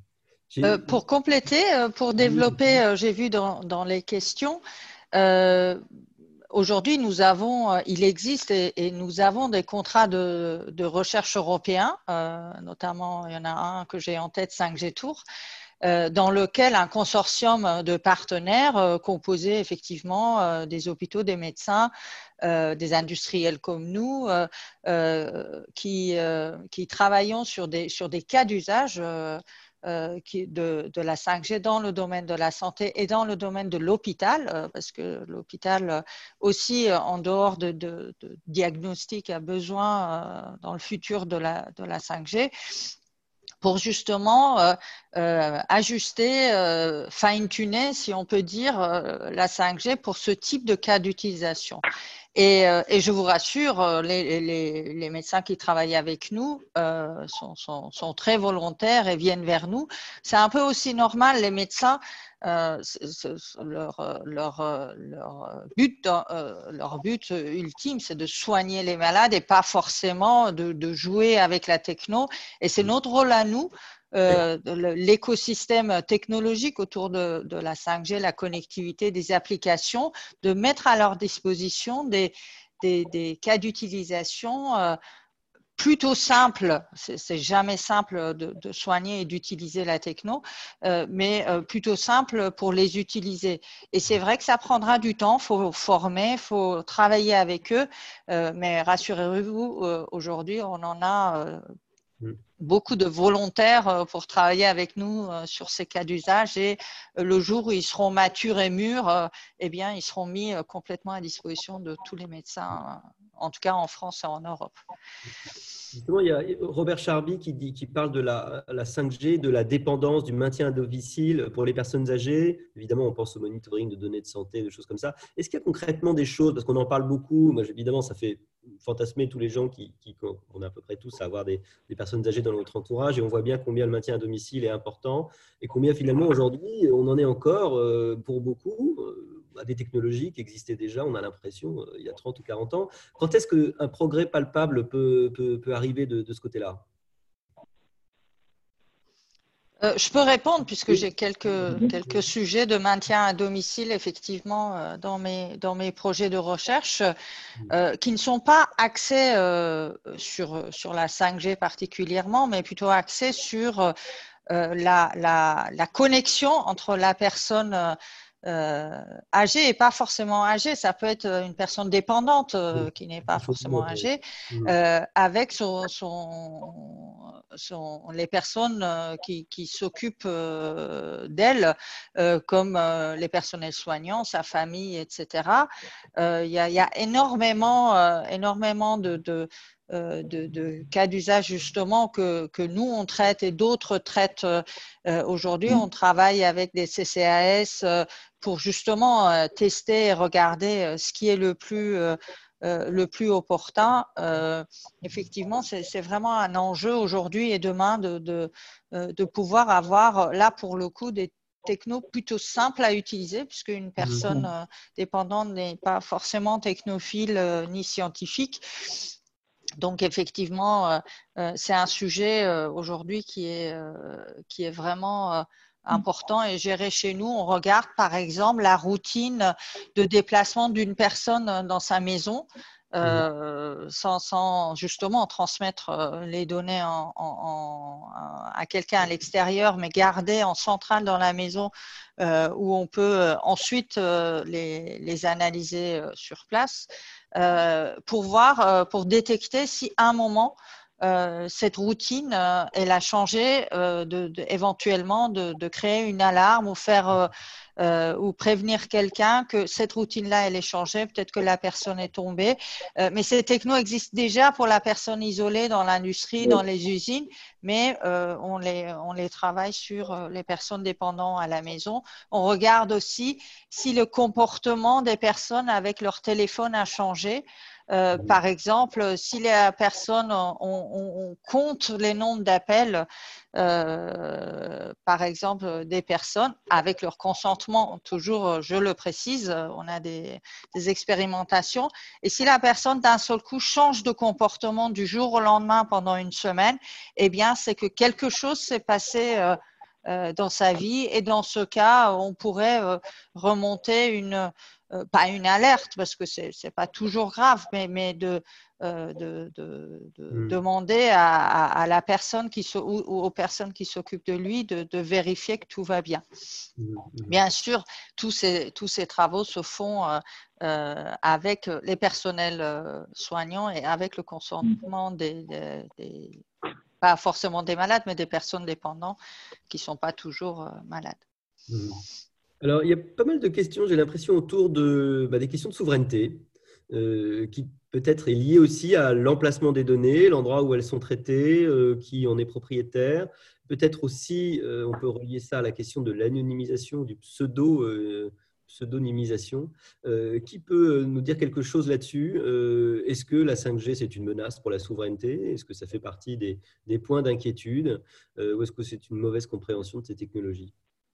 Euh, pour compléter, pour développer, euh, j'ai vu dans, dans les questions, euh, aujourd'hui, nous avons, il existe et, et nous avons des contrats de, de recherche européens, euh, notamment, il y en a un que j'ai en tête, cinq G Tour, euh, dans lequel un consortium de partenaires euh, composé effectivement euh, des hôpitaux, des médecins, euh, des industriels comme nous, euh, euh, qui, euh, qui travaillons sur des, sur des cas d'usage euh, Euh, qui, de, de la cinq G dans le domaine de la santé et dans le domaine de l'hôpital, euh, parce que l'hôpital euh, aussi, euh, en dehors de, de, de diagnostic, a besoin euh, dans le futur de la, de la cinq G pour justement euh, euh, ajuster, euh, fine-tuner, si on peut dire, euh, la cinq G pour ce type de cas d'utilisation. Et, euh, et je vous rassure, les, les, les médecins qui travaillent avec nous euh, sont, sont, sont très volontaires et viennent vers nous. C'est un peu aussi normal, les médecins, euh, c'est, c'est, leur, leur, leur, but, euh, leur but ultime, c'est de soigner les malades et pas forcément de, de jouer avec la techno. Et c'est notre rôle à nous. Euh, l'écosystème technologique autour de, de la cinq G, la connectivité, des applications, de mettre à leur disposition des, des, des cas d'utilisation euh, plutôt simples. C'est jamais simple de, de soigner et d'utiliser la techno, euh, mais euh, plutôt simple pour les utiliser. Et c'est vrai que ça prendra du temps, il faut former, il faut travailler avec eux, euh, mais rassurez-vous, euh, aujourd'hui, on en a euh, beaucoup de volontaires pour travailler avec nous sur ces cas d'usage et le jour où ils seront matures et mûrs, eh bien, ils seront mis complètement à disposition de tous les médecins, en tout cas en France et en Europe. Justement, il y a Robert Charby qui, dit, qui parle de la, la cinq G, de la dépendance, du maintien à domicile pour les personnes âgées. Évidemment, on pense au monitoring de données de santé, de choses comme ça. Est-ce qu'il y a concrètement des choses, parce qu'on en parle beaucoup, moi, évidemment, ça fait fantasmer tous les gens qui, qui on a à peu près tous à avoir des, des personnes âgées dans notre entourage et on voit bien combien le maintien à domicile est important et combien finalement aujourd'hui on en est encore euh, pour beaucoup euh, à des technologies qui existaient déjà, on a l'impression, euh, il y a trente ou quarante ans. Quand est-ce qu'un progrès palpable peut, peut, peut arriver de, de ce côté-là ? Euh, je peux répondre puisque j'ai quelques, quelques sujets de maintien à domicile effectivement euh, dans, mes, dans mes projets de recherche euh, qui ne sont pas axés euh, sur, sur la cinq G particulièrement, mais plutôt axés sur euh, la, la, la connexion entre la personne euh, Euh, âgée et pas forcément âgée, ça peut être une personne dépendante euh, qui n'est pas forcément âgée, euh, avec son, son, son, les personnes euh, qui, qui s'occupent euh, d'elle, euh, comme euh, les personnels soignants, sa famille, et cetera. Euh, il y a, il y a énormément, euh, énormément de, de Euh, de, de cas d'usage justement que, que nous on traite et d'autres traitent euh, aujourd'hui. On travaille avec des C C A S euh, pour justement euh, tester et regarder euh, ce qui est le plus, euh, euh, le plus opportun. Euh, effectivement, c'est vraiment un enjeu aujourd'hui et demain de, de, euh, de pouvoir avoir là pour le coup des techno plutôt simple à utiliser puisque une personne euh, dépendante n'est pas forcément technophile euh, ni scientifique. Donc, effectivement, euh, euh, c'est un sujet euh, aujourd'hui qui est, euh, qui est vraiment euh, important et géré chez nous. On regarde, par exemple, la routine de déplacement d'une personne dans sa maison. Euh, sans, sans justement transmettre les données en, en, en, à quelqu'un à l'extérieur, mais garder en centrale dans la maison euh, où on peut ensuite euh, les, les analyser sur place euh, pour voir, euh, pour détecter si à un moment euh, cette routine, euh, elle a changé, euh, de, de, éventuellement de, de créer une alarme ou faire euh, Euh, ou prévenir quelqu'un que cette routine-là, elle est changée, peut-être que la personne est tombée. Euh, mais ces technos existent déjà pour la personne isolée dans l'industrie, dans les usines, mais euh, on, les, on les travaille sur les personnes dépendantes à la maison. On regarde aussi si le comportement des personnes avec leur téléphone a changé. Euh, par exemple, si les personnes, on, on, on compte les nombres d'appels, euh, par exemple, des personnes avec leur consentement, toujours, je le précise, on a des, des expérimentations. Et si la personne, d'un seul coup, change de comportement du jour au lendemain pendant une semaine, eh bien, c'est que quelque chose s'est passé euh, euh, dans sa vie. Et dans ce cas, on pourrait euh, remonter une... Euh, pas une alerte parce que c'est c'est pas toujours grave, mais mais de euh, de, de, de mmh. demander à, à, à la personne qui se, ou, ou aux personnes qui s'occupent de lui de, de vérifier que tout va bien. Mmh. Bien sûr, tous ces tous ces travaux se font euh, euh, avec les personnels euh, soignants et avec le consentement mmh. des, des, des pas forcément des malades, mais des personnes dépendantes qui sont pas toujours euh, malades. Mmh. Alors, il y a pas mal de questions, j'ai l'impression, autour de, bah, des questions de souveraineté, euh, qui peut-être est liée aussi à l'emplacement des données, l'endroit où elles sont traitées, euh, qui en est propriétaire. Peut-être aussi, euh, on peut relier ça à la question de l'anonymisation, du pseudo, euh, pseudonymisation. Euh, qui peut nous dire quelque chose là-dessus? euh, Est-ce que la cinq G, c'est une menace pour la souveraineté? Est-ce que ça fait partie des, des points d'inquiétude? euh, Ou est-ce que c'est une mauvaise compréhension de ces technologies?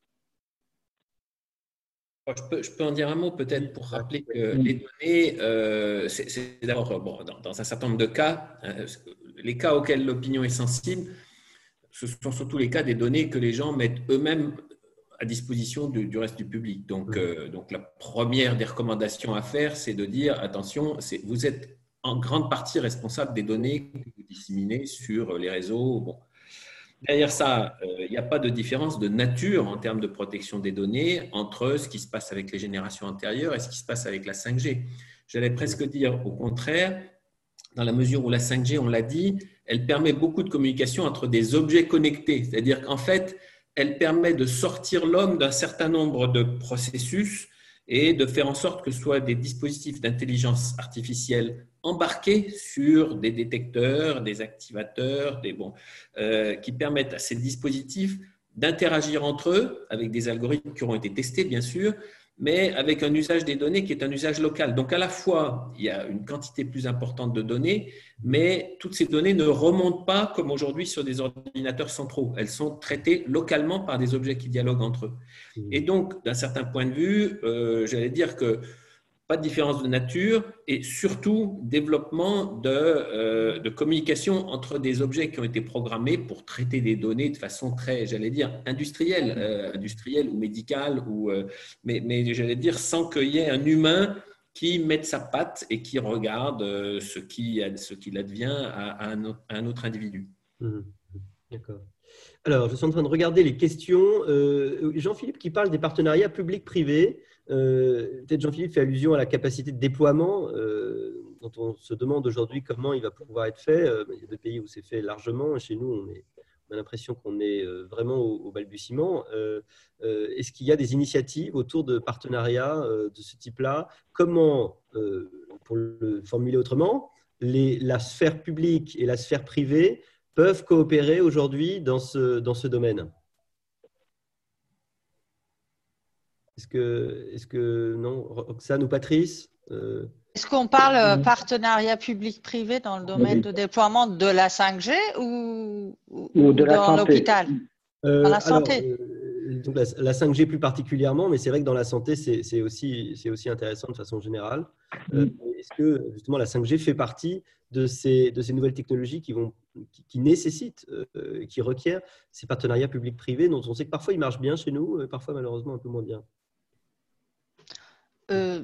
Je peux, je peux en dire un mot peut-être pour rappeler que les données, euh, c'est, c'est d'abord, bon, dans, dans un certain nombre de cas, euh, les cas auxquels l'opinion est sensible, ce sont surtout les cas des données que les gens mettent eux-mêmes à disposition du, du reste du public. Donc, euh, donc, la première des recommandations à faire, c'est de dire, attention, c'est, vous êtes en grande partie responsable des données que vous disséminez sur les réseaux. Bon. Derrière ça, il euh, n'y a pas de différence de nature en termes de protection des données entre ce qui se passe avec les générations antérieures et ce qui se passe avec la cinq G. J'allais presque dire au contraire, dans la mesure où la cinq G, on l'a dit, elle permet beaucoup de communication entre des objets connectés. C'est-à-dire qu'en fait, elle permet de sortir l'homme d'un certain nombre de processus et de faire en sorte que ce soit des dispositifs d'intelligence artificielle embarqués sur des détecteurs, des activateurs, des, bon, euh, qui permettent à ces dispositifs d'interagir entre eux avec des algorithmes qui auront été testés, bien sûr, mais avec un usage des données qui est un usage local. Donc, à la fois, il y a une quantité plus importante de données, mais toutes ces données ne remontent pas, comme aujourd'hui, sur des ordinateurs centraux. Elles sont traitées localement par des objets qui dialoguent entre eux. Et donc, d'un certain point de vue, euh, j'allais dire que pas de différence de nature et surtout développement de, euh, de communication entre des objets qui ont été programmés pour traiter des données de façon très, j'allais dire, industrielle, euh, industrielle ou médicale, ou, euh, mais, mais j'allais dire sans qu'il y ait un humain qui mette sa patte et qui regarde euh, ce qui, ce qu'il advient à, à, un autre, à un autre individu. Mmh. D'accord. Alors, je suis en train de regarder les questions. Euh, Jean-Philippe qui parle des partenariats publics-privés. Euh, peut-être Jean-Philippe fait allusion à la capacité de déploiement euh, dont on se demande aujourd'hui comment il va pouvoir être fait. Euh, il y a des pays où c'est fait largement. Chez nous, on, est, on a l'impression qu'on est vraiment au, au balbutiement. Euh, euh, est-ce qu'il y a des initiatives autour de partenariats euh, de ce type-là? Comment, euh, pour le formuler autrement, les, la sphère publique et la sphère privée peuvent coopérer aujourd'hui dans ce, dans ce domaine? Est-ce que, est-ce que non, Roxane ou Patrice euh... Est-ce qu'on parle partenariat public-privé dans le domaine oui. de déploiement de la cinq G ou, ou, ou de la dans l'hôpital euh, Dans la santé alors, euh, donc la, la cinq G plus particulièrement, mais c'est vrai que dans la santé, c'est, c'est, aussi, c'est aussi intéressant de façon générale. Euh, est-ce que justement la cinq G fait partie de ces, de ces nouvelles technologies qui, vont, qui, qui nécessitent, euh, qui requièrent ces partenariats publics-privés dont on sait que parfois ils marchent bien chez nous, et parfois malheureusement un peu moins bien? euh,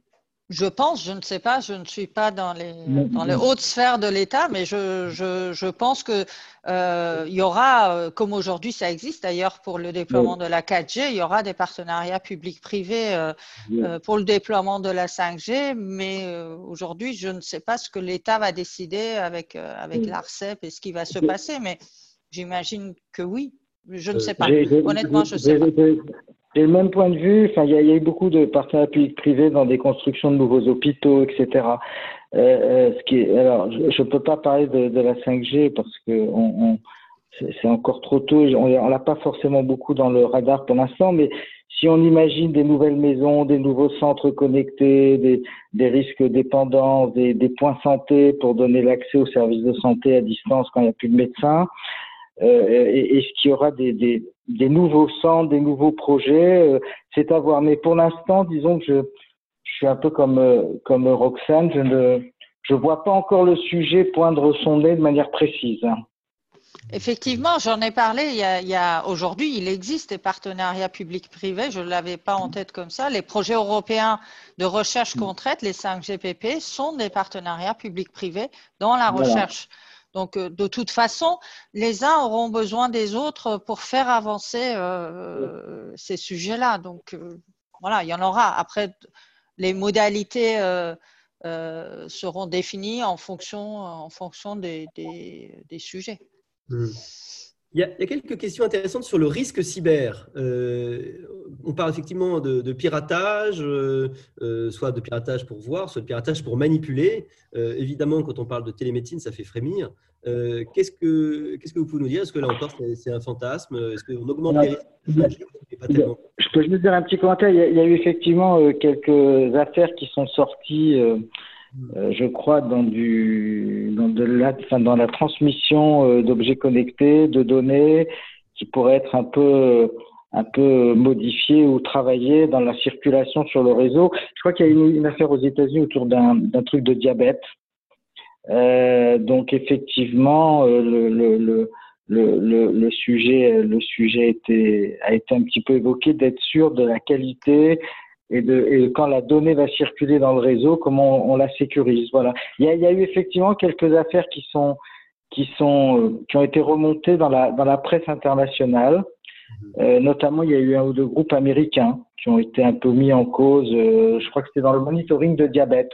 Je pense, je ne sais pas, je ne suis pas dans les, dans les hautes sphères de l'État, mais je, je, je pense qu'il euh, y aura, comme aujourd'hui ça existe d'ailleurs pour le déploiement de la quatre G, il y aura des partenariats publics-privés euh, euh, pour le déploiement de la cinq G, mais euh, aujourd'hui je ne sais pas ce que l'État va décider avec, euh, avec l'ARCEP et ce qui va se passer, mais j'imagine que oui, je ne sais pas, honnêtement je ne sais pas. J'ai le même point de vue. Enfin, il y, y a eu beaucoup de partenariats publics-privés dans des constructions de nouveaux hôpitaux, et cetera. Euh, euh, ce qui est, alors, je ne peux pas parler de, de la cinq G parce que on, on, c'est encore trop tôt. On ne l'a pas forcément beaucoup dans le radar pour l'instant, mais si on imagine des nouvelles maisons, des nouveaux centres connectés, des, des risques dépendants, des, des points santé pour donner l'accès aux services de santé à distance quand il n'y a plus de médecins, euh, et, et ce qu'il y aura des, des des nouveaux centres, des nouveaux projets, euh, c'est à voir. Mais pour l'instant, disons que je, je suis un peu comme euh, comme Roxane, je ne je vois pas encore le sujet poindre son nez de manière précise. Effectivement, j'en ai parlé. Il y a, il y a aujourd'hui, il existe des partenariats publics-privés. Je ne l'avais pas en tête comme ça. Les projets européens de recherche qu'on traite, les cinq G P P, sont des partenariats publics-privés dans la recherche. Voilà. Donc, de toute façon, les uns auront besoin des autres pour faire avancer euh, ces sujets-là. Donc, euh, voilà, il y en aura. Après, les modalités euh, euh, seront définies en fonction, en fonction des, des, des sujets. Mmh. Il y, a, il y a quelques questions intéressantes sur le risque cyber. Euh, on parle effectivement de, de piratage, euh, soit de piratage pour voir, soit de piratage pour manipuler. Euh, évidemment, quand on parle de télémédecine, ça fait frémir. Euh, qu'est-ce, que, qu'est-ce que vous pouvez nous dire? Est-ce que là encore, c'est, c'est un fantasme? Est-ce qu'on augmente les risques? Pas tellement... Je peux juste dire un petit commentaire. Il y a, il y a eu effectivement euh, quelques affaires qui sont sorties, euh, euh, je crois, dans, du, dans, de la, enfin, dans la transmission euh, d'objets connectés, de données, qui pourraient être un peu, un peu modifiées ou travaillées dans la circulation sur le réseau. Je crois qu'il y a une, une affaire aux États-Unis autour d'un, d'un truc de diabète. Euh, donc effectivement, euh, le, le, le, le, le, le sujet, le sujet était, a été un petit peu évoqué, d'être sûr de la qualité et de et quand la donnée va circuler dans le réseau, comment on, on la sécurise. Voilà. Il y a, il y a eu effectivement quelques affaires qui sont qui sont qui ont été remontées dans la dans la presse internationale. Euh, notamment, il y a eu un ou deux groupes américains qui ont été un peu mis en cause. Euh, je crois que c'était dans le monitoring de diabète.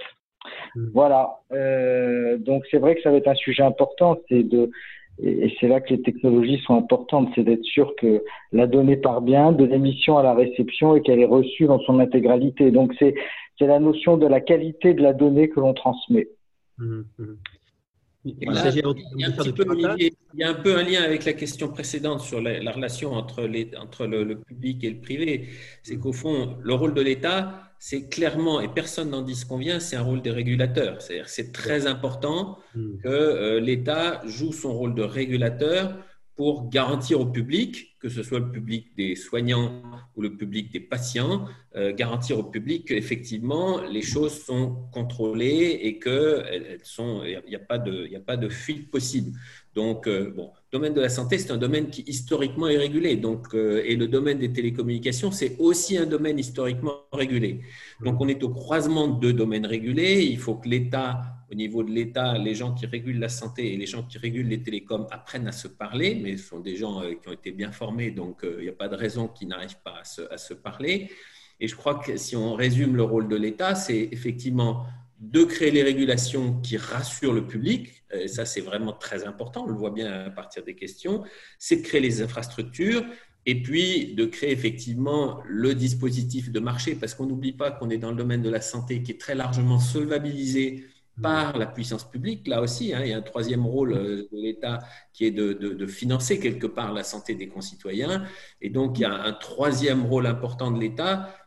Voilà, euh, donc c'est vrai que ça va être un sujet important, c'est de, et c'est là que les technologies sont importantes, c'est d'être sûr que la donnée part bien de l'émission à la réception et qu'elle est reçue dans son intégralité. Donc c'est, c'est la notion de la qualité de la donnée que l'on transmet. Mmh, mmh. Là, il, y a un petit peu, Olivier, il y a un peu un lien avec la question précédente sur la, la relation entre, les, entre le, le public et le privé. C'est qu'au fond, le rôle de l'État, c'est clairement, et personne n'en dit ce qu'on vient, c'est un rôle des régulateurs. C'est-à-dire c'est très important que euh, l'État joue son rôle de régulateur pour garantir au public, que ce soit le public des soignants ou le public des patients, euh, garantir au public qu'effectivement les choses sont contrôlées et qu'il n'y a, a pas de fuite possible. Donc, euh, bon, le domaine de la santé, c'est un domaine qui historiquement est régulé. Donc, euh, et le domaine des télécommunications, c'est aussi un domaine historiquement régulé. Donc, on est au croisement de deux domaines régulés. Il faut que l'État, au niveau de l'État, les gens qui régulent la santé et les gens qui régulent les télécoms apprennent à se parler, mais ce sont des gens euh, qui ont été bien formés, donc il euh, n'y a pas de raison qu'ils n'arrivent pas à se, à se parler. Et je crois que si on résume le rôle de l'État, c'est effectivement de créer les régulations qui rassurent le public, et ça c'est vraiment très important, on le voit bien à partir des questions, c'est de créer les infrastructures et puis de créer effectivement le dispositif de marché, parce qu'on n'oublie pas qu'on est dans le domaine de la santé qui est très largement solvabilisé par la puissance publique. Là aussi, hein, il y a un troisième rôle de l'État qui est de, de, de financer quelque part la santé des concitoyens, et donc il y a un troisième rôle important de l'État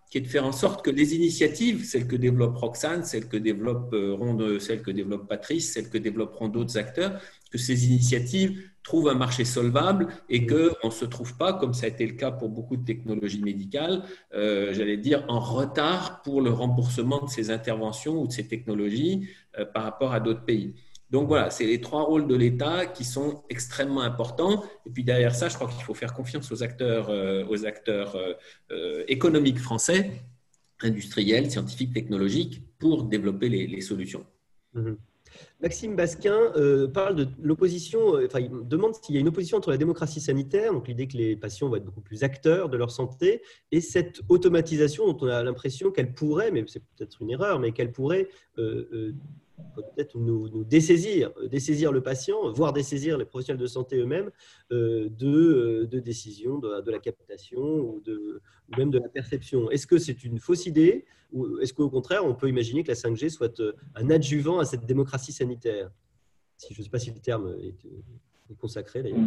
qui est de faire en sorte que les initiatives, celles que développe Roxane, celles que développe Ronde, celles que développe Patrice, celles que développeront d'autres acteurs, que ces initiatives trouvent un marché solvable et qu'on ne se trouve pas, comme ça a été le cas pour beaucoup de technologies médicales, euh, j'allais dire en retard pour le remboursement de ces interventions ou de ces technologies euh, par rapport à d'autres pays. Donc voilà, c'est les trois rôles de l'État qui sont extrêmement importants. Et puis derrière ça, je crois qu'il faut faire confiance aux acteurs, euh, aux acteurs euh, euh, économiques français, industriels, scientifiques, technologiques, pour développer les, les solutions. Mmh. Maxime Basquin euh, parle de l'opposition, euh, enfin, il demande s'il y a une opposition entre la démocratie sanitaire, donc l'idée que les patients vont être beaucoup plus acteurs de leur santé, et cette automatisation dont on a l'impression qu'elle pourrait, mais c'est peut-être une erreur, mais qu'elle pourrait euh, euh, peut-être nous, nous dessaisir, dessaisir le patient, voire dessaisir les professionnels de santé eux-mêmes euh, de, de décisions, de, de la captation ou, de, ou même de la perception. Est-ce que c'est une fausse idée ou est-ce qu'au contraire, on peut imaginer que la cinq G soit un adjuvant à cette démocratie sanitaire? Si, je ne sais pas si le terme est, est consacré d'ailleurs.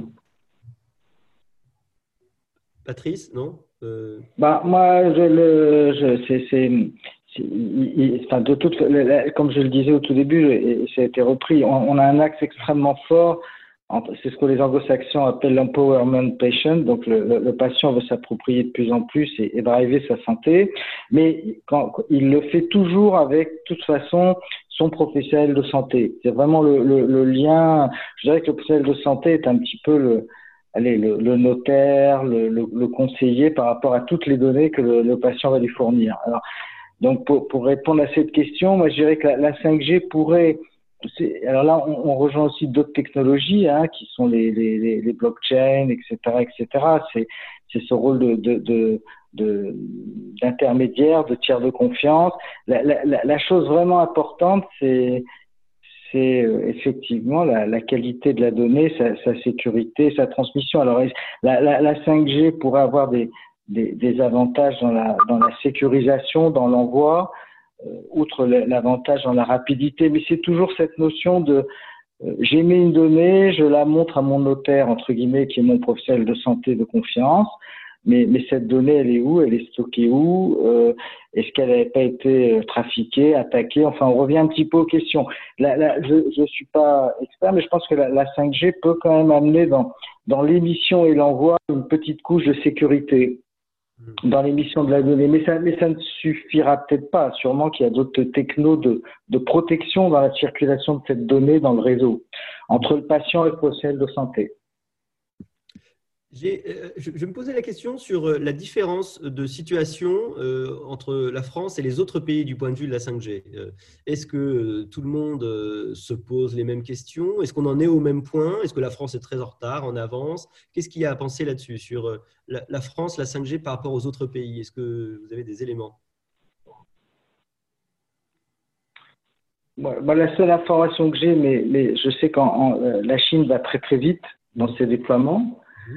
Patrice, non euh... bah, Moi, je le, je, c'est... c'est... Enfin, de toute, comme je le disais au tout début, et ça a été repris, on, on a un axe extrêmement fort, c'est ce que les anglo-saxons appellent l'empowerment patient, donc le, le, le patient veut s'approprier de plus en plus et, et driver sa santé, mais quand, il le fait toujours avec, de toute façon, son professionnel de santé. C'est vraiment le, le, le lien, je dirais que le professionnel de santé est un petit peu le, allez, le, le notaire, le, le, le conseiller par rapport à toutes les données que le, le patient va lui fournir. Alors, donc, pour, pour répondre à cette question, moi, je dirais que la, la cinq G pourrait… Alors là, on, on rejoint aussi d'autres technologies, hein, qui sont les, les, les blockchains, et cetera, et cetera. C'est, c'est ce rôle de, de, de, de, d'intermédiaire, de tiers de confiance. La, la, la chose vraiment importante, c'est, c'est effectivement la, la qualité de la donnée, sa, sa sécurité, sa transmission. Alors, la, la, la cinq G pourrait avoir des Des, des avantages dans la, dans la sécurisation, dans l'envoi, euh, outre l'avantage dans la rapidité, mais c'est toujours cette notion de euh, j'émets une donnée, je la montre à mon notaire, entre guillemets, qui est mon professionnel de santé de confiance, mais, mais cette donnée, elle est où? Elle est stockée où? euh, Est-ce qu'elle n'avait pas été trafiquée, attaquée? Enfin, on revient un petit peu aux questions. Là, là, je ne suis pas expert, mais je pense que la, la cinq G peut quand même amener dans, dans l'émission et l'envoi une petite couche de sécurité dans l'émission de la donnée, mais ça, mais ça ne suffira peut-être pas. Sûrement qu'il y a d'autres technos de, de protection dans la circulation de cette donnée dans le réseau, entre le patient et le professionnel de santé. J'ai, euh, je, je me posais la question sur la différence de situation euh, entre la France et les autres pays du point de vue de la cinq G. Euh, est-ce que euh, tout le monde euh, se pose les mêmes questions? Est-ce qu'on en est au même point? Est-ce que la France est très en retard, en avance? Qu'est-ce qu'il y a à penser là-dessus, sur euh, la, la France, la cinq G par rapport aux autres pays? Est-ce que vous avez des éléments? Bon, bah, la seule information que j'ai, mais, mais je sais qu'en la Chine va très très vite dans ses déploiements.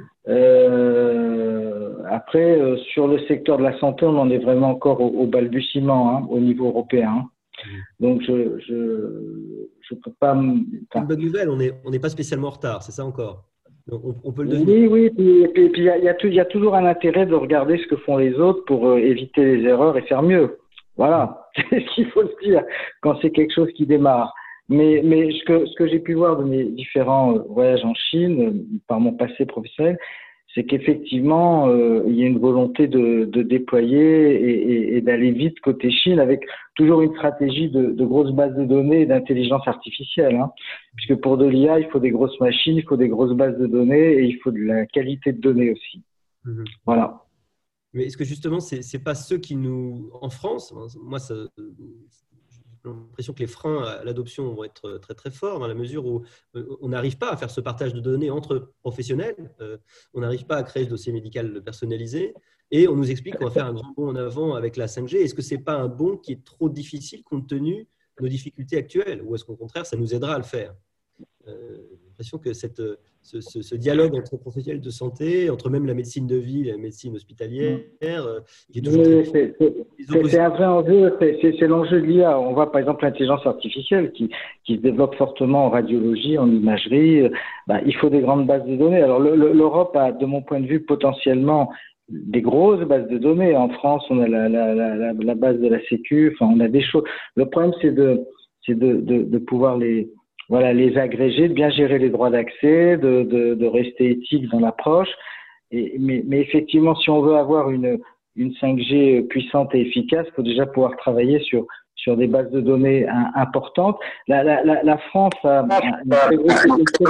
Euh, après, euh, sur le secteur de la santé, on en est vraiment encore au, au balbutiement, hein, au niveau européen. Donc, je je je peux pas. Enfin, c'est une bonne nouvelle. On n'est on n'est pas spécialement en retard, c'est ça encore. Donc, on, on peut le devenir. Oui, oui. Puis, et puis, puis il y a, il y a, tout, il y a toujours un intérêt de regarder ce que font les autres pour euh, éviter les erreurs et faire mieux. Voilà, c'est ce qu'il faut se dire quand c'est quelque chose qui démarre. Mais, mais ce que, ce que j'ai pu voir de mes différents voyages en Chine, par mon passé professionnel, c'est qu'effectivement, euh, il y a une volonté de, de déployer et, et, et d'aller vite côté Chine, avec toujours une stratégie de, de grosses bases de données et d'intelligence artificielle. Hein. Puisque pour de l'I A, il faut des grosses machines, il faut des grosses bases de données et il faut de la qualité de données aussi. Mmh. Voilà. Mais est-ce que justement, ce n'est pas ceux qui nous… En France, moi, ça… J'ai l'impression que les freins à l'adoption vont être très très forts dans la mesure où on n'arrive pas à faire ce partage de données entre professionnels, on n'arrive pas à créer ce dossier médical personnalisé et on nous explique qu'on va faire un grand bond en avant avec la cinq G. Est-ce que ce n'est pas un bond qui est trop difficile compte tenu de nos difficultés actuelles ou est-ce qu'au contraire ça nous aidera à le faire? euh, J'ai l'impression que cette, ce, ce, ce dialogue entre professionnels de santé, entre même la médecine de ville et la médecine hospitalière, euh, qui est toujours oui, très… c'est, c'est un vrai enjeu, c'est, c'est, c'est l'enjeu de l'I A. On voit par exemple l'intelligence artificielle qui, qui se développe fortement en radiologie, en imagerie. Ben, il faut des grandes bases de données. Alors le, le, l'Europe a, de mon point de vue, potentiellement des grosses bases de données. En France, on a la, la, la, la base de la Sécu. Enfin, on a des choses. Le problème, c'est de, c'est de, de, de pouvoir les, voilà, les agréger, de bien gérer les droits d'accès, de, de, de rester éthique dans l'approche. Et, mais, mais effectivement, si on veut avoir une, une cinq G puissante et efficace, il faut déjà pouvoir travailler sur, sur des bases de données un, importantes. La, la, la, la France a, a une très grosse,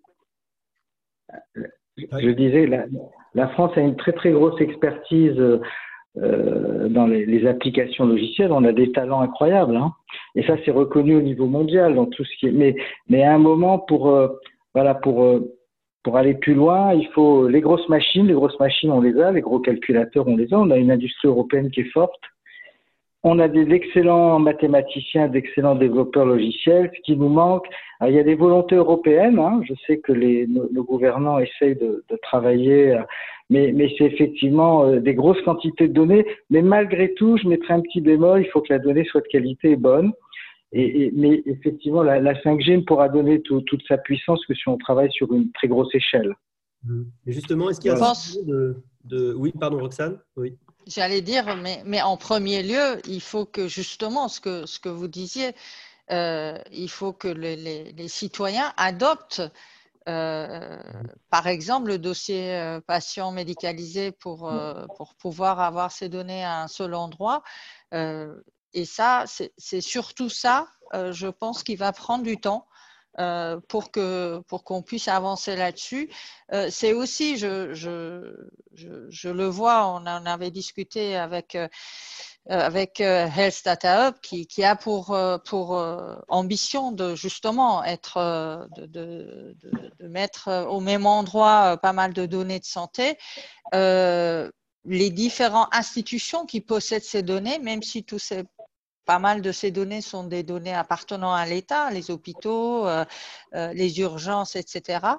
je disais, la, la France a une très très grosse expertise euh, dans les, les applications logicielles. On a des talents incroyables, hein, et ça c'est reconnu au niveau mondial dans tout ce qui est. Mais, mais à un moment, pour euh, voilà, pour euh, pour aller plus loin, il faut les grosses machines. Les grosses machines, on les a. Les gros calculateurs, on les a. On a une industrie européenne qui est forte. On a des excellents mathématiciens, d'excellents développeurs logiciels. Ce qui nous manque, alors, il y a des volontés européennes. Hein. Je sais que les, nos, nos gouvernants essayent de, de travailler, mais, mais c'est effectivement euh, des grosses quantités de données. Mais malgré tout, je mettrai un petit bémol. Il faut que la donnée soit de qualité et bonne. Et, et, mais effectivement, la, la cinq G ne pourra donner tout, toute sa puissance que si on travaille sur une très grosse échelle. Mais justement, est-ce qu'il y a voilà. de, de… Oui, pardon, Roxane. Oui. J'allais dire, mais, mais en premier lieu, il faut que justement, ce que, ce que vous disiez, euh, il faut que les, les, les citoyens adoptent, euh, par exemple, le dossier euh, patient médicalisé pour, euh, pour pouvoir avoir ces données à un seul endroit. Euh, et ça, c'est surtout ça, euh, je pense, qui va prendre du temps. Euh, pour que pour qu'on puisse avancer là-dessus. Euh, c'est aussi, je, je, je, je le vois, on en avait discuté avec euh, avec euh, Health Data Hub qui, qui a pour pour euh, ambition de justement être euh, de, de, de, de mettre au même endroit pas mal de données de santé. Euh, les différentes institutions qui possèdent ces données, même si tous ces Pas mal de ces données sont des données appartenant à l'État, les hôpitaux, euh, euh, les urgences, et cetera.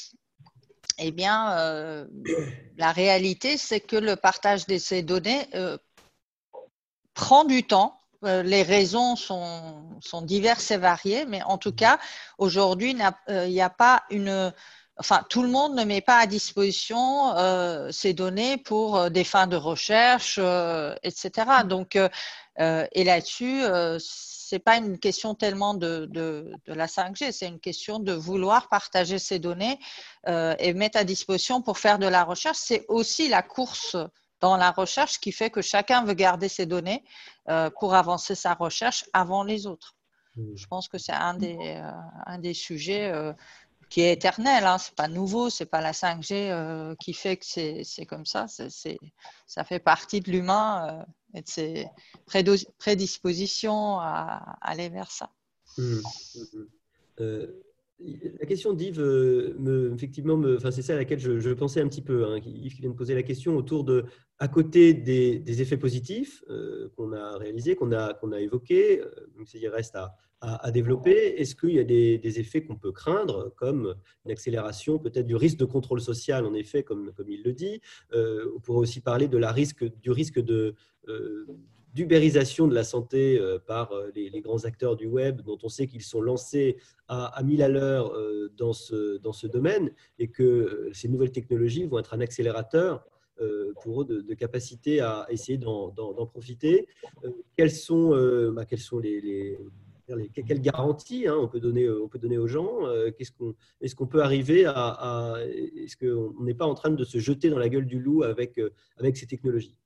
Eh bien, euh, la réalité, c'est que le partage de ces données euh, prend du temps. Euh, les raisons sont, sont diverses et variées, mais en tout cas, aujourd'hui, il euh, n'y a pas une… Enfin, tout le monde ne met pas à disposition euh, ces données pour euh, des fins de recherche, euh, et cetera. Donc, euh, euh, et là-dessus, euh, c'est pas une question tellement de, de, de la cinq G, c'est une question de vouloir partager ces données euh, et mettre à disposition pour faire de la recherche. C'est aussi la course dans la recherche qui fait que chacun veut garder ses données euh, pour avancer sa recherche avant les autres. Je pense que c'est un des, euh, un des sujets euh, qui est éternel, hein. Ce n'est pas nouveau, ce n'est pas la cinq G euh, qui fait que c'est comme ça, c'est, c'est, ça fait partie de l'humain euh, et de ses prédispositions à, à aller vers ça. Mmh. Euh, la question d'Yves, euh, me, effectivement, me, enfin, c'est ça à laquelle je, je pensais un petit peu, hein, Yves qui vient de poser la question autour de, à côté des, des effets positifs euh, qu'on a réalisés, qu'on a, qu'on a évoqués, euh, donc il reste à, à, à développer. Est-ce qu'il y a des, des effets qu'on peut craindre, comme une accélération peut-être du risque de contrôle social, en effet, comme, comme il le dit. Euh, on pourrait aussi parler de la risque, du risque de… Euh, d'ubérisation de la santé euh, par euh, les, les grands acteurs du web, dont on sait qu'ils sont lancés à, à mille à l'heure euh, dans, ce, dans ce domaine, et que euh, ces nouvelles technologies vont être un accélérateur euh, pour eux de, de capacité à essayer d'en profiter. Euh, quelles sont, euh, bah, quelles sont les, les, les quelles garanties hein, on, peut donner, on peut donner aux gens euh, Qu'est-ce qu'on, est-ce qu'on peut arriver à… à est-ce qu'on n'est pas en train de se jeter dans la gueule du loup avec, euh, avec ces technologies?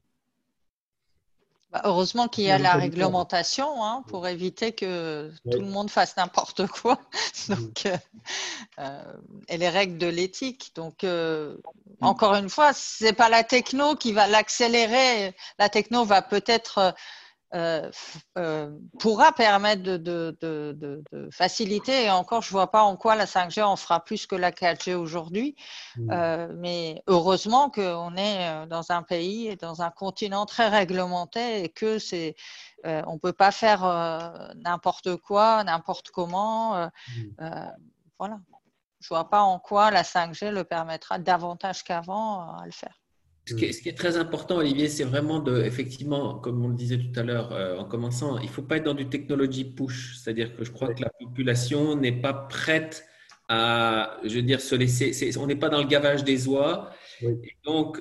Heureusement qu'il y a la réglementation hein, pour éviter que oui. tout le monde fasse n'importe quoi. Donc, euh, et les règles de l'éthique. Donc, euh, encore une fois, ce n'est pas la techno qui va l'accélérer. La techno va peut-être euh, euh, pourra permettre de, de, de, de, de faciliter. Et encore, je ne vois pas en quoi la cinq G en fera plus que la quatre G aujourd'hui. Mmh. Euh, mais heureusement qu'on est dans un pays et dans un continent très réglementé et que c'est, euh, on ne peut pas faire euh, n'importe quoi, n'importe comment. Euh, mmh. euh, voilà. Je ne vois pas en quoi la cinq G le permettra davantage qu'avant à le faire. Ce qui, est, ce qui est très important, Olivier, c'est vraiment de, effectivement, comme on le disait tout à l'heure euh, en commençant, il ne faut pas être dans du technology push. C'est-à-dire que je crois que la population n'est pas prête à, je veux dire, se laisser. On n'est pas dans le gavage des oies. Oui. Et donc,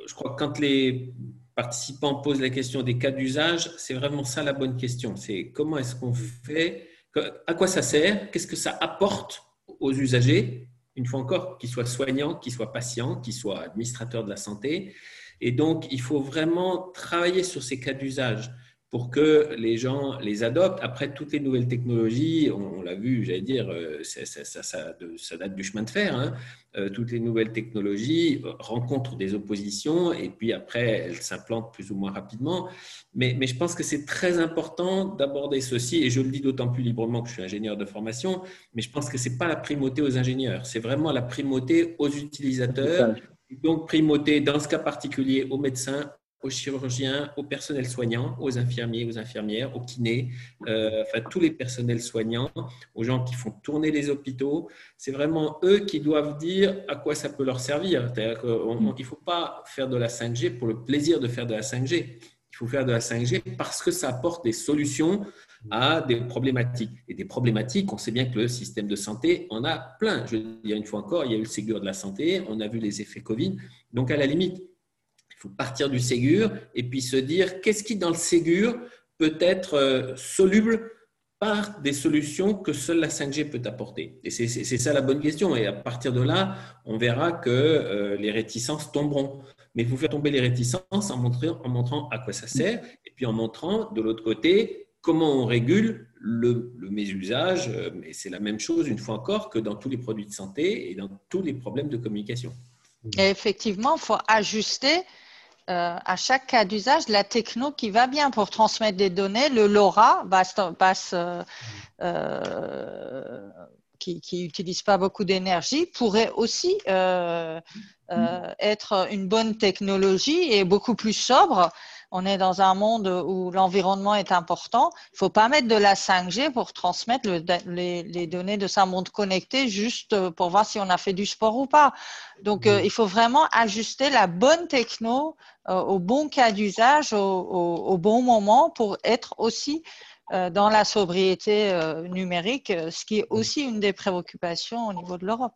je crois que quand les participants posent la question des cas d'usage, c'est vraiment ça la bonne question. C'est comment est-ce qu'on fait, à quoi ça sert, qu'est-ce que ça apporte aux usagers, une fois encore, qu'ils soient soignants, qu'ils soient patients, qu'ils soient administrateurs de la santé. Et donc, il faut vraiment travailler sur ces cas d'usage pour que les gens les adoptent. Après, toutes les nouvelles technologies, on, on l'a vu, j'allais dire, ça, ça, ça, ça, ça date du chemin de fer. Hein. Euh, toutes les nouvelles technologies rencontrent des oppositions et puis après, elles s'implantent plus ou moins rapidement. Mais, mais je pense que c'est très important d'aborder ceci, et je le dis d'autant plus librement que je suis ingénieur de formation, mais je pense que ce n'est pas la primauté aux ingénieurs, c'est vraiment la primauté aux utilisateurs. Donc, primauté, dans ce cas particulier, aux médecins, aux chirurgiens, au personnel soignant, aux infirmiers, aux infirmières, aux kinés, euh, enfin tous les personnels soignants, aux gens qui font tourner les hôpitaux. C'est vraiment eux qui doivent dire à quoi ça peut leur servir. C'est-à-dire qu'il ne faut pas faire de la cinq G pour le plaisir de faire de la cinq G. Il faut faire de la cinq G parce que ça apporte des solutions à des problématiques. Et des problématiques, on sait bien que le système de santé en a plein. Je veux dire, une fois encore, il y a eu le Ségur de la santé, on a vu les effets Covid. Donc, à la limite, il faut partir du Ségur et puis se dire qu'est-ce qui, dans le Ségur, peut être soluble par des solutions que seule la cinq G peut apporter. Et c'est, c'est, c'est ça la bonne question. Et à partir de là, on verra que euh, les réticences tomberont. Mais il faut faire tomber les réticences en montrant, en montrant à quoi ça sert et puis en montrant, de l'autre côté, comment on régule le, le mésusage. Mais c'est la même chose, une fois encore, que dans tous les produits de santé et dans tous les problèmes de communication. Et effectivement, il faut ajuster euh, à chaque cas d'usage la techno qui va bien pour transmettre des données. Le LoRa, basse, basse, euh, euh, qui n'utilise pas beaucoup d'énergie, pourrait aussi euh, euh, être une bonne technologie et beaucoup plus sobre. On est dans un monde où l'environnement est important. Il ne faut pas mettre de la cinq G pour transmettre le, les, les données de sa montre connectée juste pour voir si on a fait du sport ou pas. Donc, euh, il faut vraiment ajuster la bonne techno euh, au bon cas d'usage, au, au, au bon moment pour être aussi euh, dans la sobriété euh, numérique, ce qui est aussi une des préoccupations au niveau de l'Europe.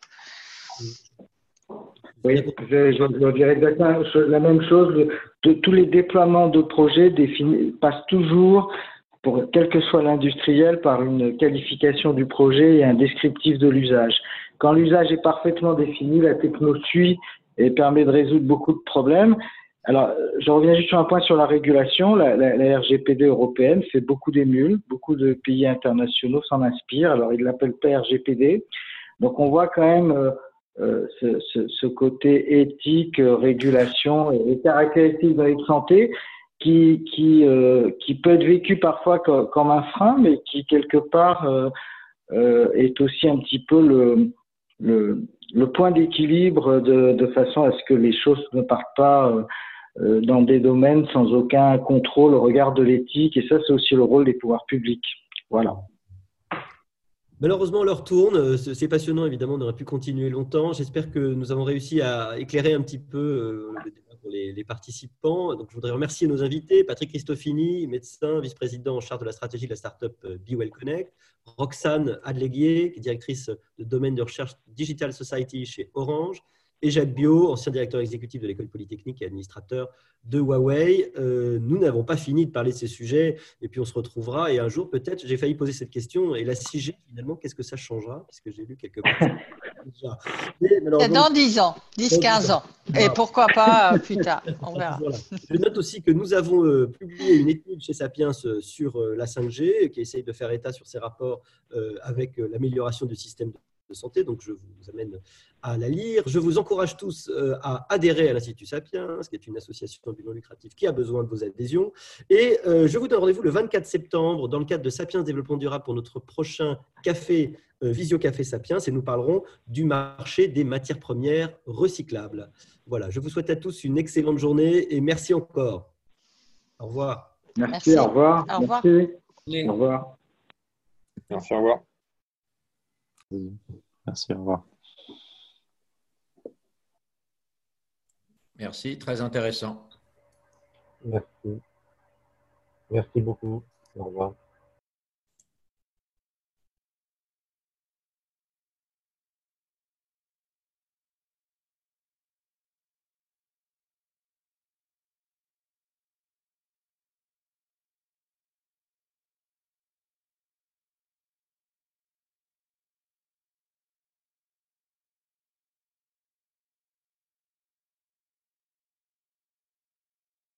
Oui, je, je, je dirais exactement la même chose. De, tous les déploiements de projets définis, passent toujours, pour quel que soit l'industriel, par une qualification du projet et un descriptif de l'usage. Quand l'usage est parfaitement défini, la techno suit et permet de résoudre beaucoup de problèmes. Alors, je reviens juste sur un point sur la régulation. La, la, la R G P D européenne fait beaucoup d'émules. Beaucoup de pays internationaux s'en inspirent. Alors, ils l'appellent pas R G P D. Donc, on voit quand même euh, Euh, ce, ce, ce côté éthique, euh, régulation et, et caractéristiques de la santé qui, qui, euh, qui peut être vécu parfois comme, comme un frein, mais qui quelque part euh, euh, est aussi un petit peu le, le, le point d'équilibre de, de façon à ce que les choses ne partent pas euh, dans des domaines sans aucun contrôle au regard de l'éthique. Et ça, c'est aussi le rôle des pouvoirs publics. Voilà. Malheureusement, l'heure tourne. C'est passionnant, évidemment, on aurait pu continuer longtemps. J'espère que nous avons réussi à éclairer un petit peu le débat pour les, les participants. Donc, je voudrais remercier nos invités, Patrick Cristofini, médecin, vice-président en charge de la stratégie de la start-up BeWell Connect, Roxane Adleguier, qui est directrice de domaine de recherche Digital Society chez Orange, et Jacques Biot, ancien directeur exécutif de l'école polytechnique et administrateur de Huawei. Euh, nous n'avons pas fini de parler de ces sujets et puis on se retrouvera. Et un jour, peut-être, j'ai failli poser cette question. Et la six G, finalement, qu'est-ce que ça changera? Parce que j'ai lu quelque part. Mais dans dix ans, dix à quinze ans. Voilà. Et pourquoi pas plus tard, on verra. Voilà. Je note aussi que nous avons euh, publié une étude chez Sapiens euh, sur euh, la cinq G qui essaye de faire état sur ses rapports euh, avec euh, l'amélioration du système de de santé, donc je vous amène à la lire. Je vous encourage tous à adhérer à l'Institut Sapiens, qui est une association à but non lucratif qui a besoin de vos adhésions. Et je vous donne rendez-vous le vingt-quatre septembre dans le cadre de Sapiens Développement Durable pour notre prochain café, Visio Café Sapiens, et nous parlerons du marché des matières premières recyclables. Voilà, je vous souhaite à tous une excellente journée et merci encore. Au revoir. Merci, merci. Au revoir. Au revoir. Merci. Au revoir. Merci, au revoir. Merci, au revoir. Merci, très intéressant. Merci. Merci beaucoup. Au revoir.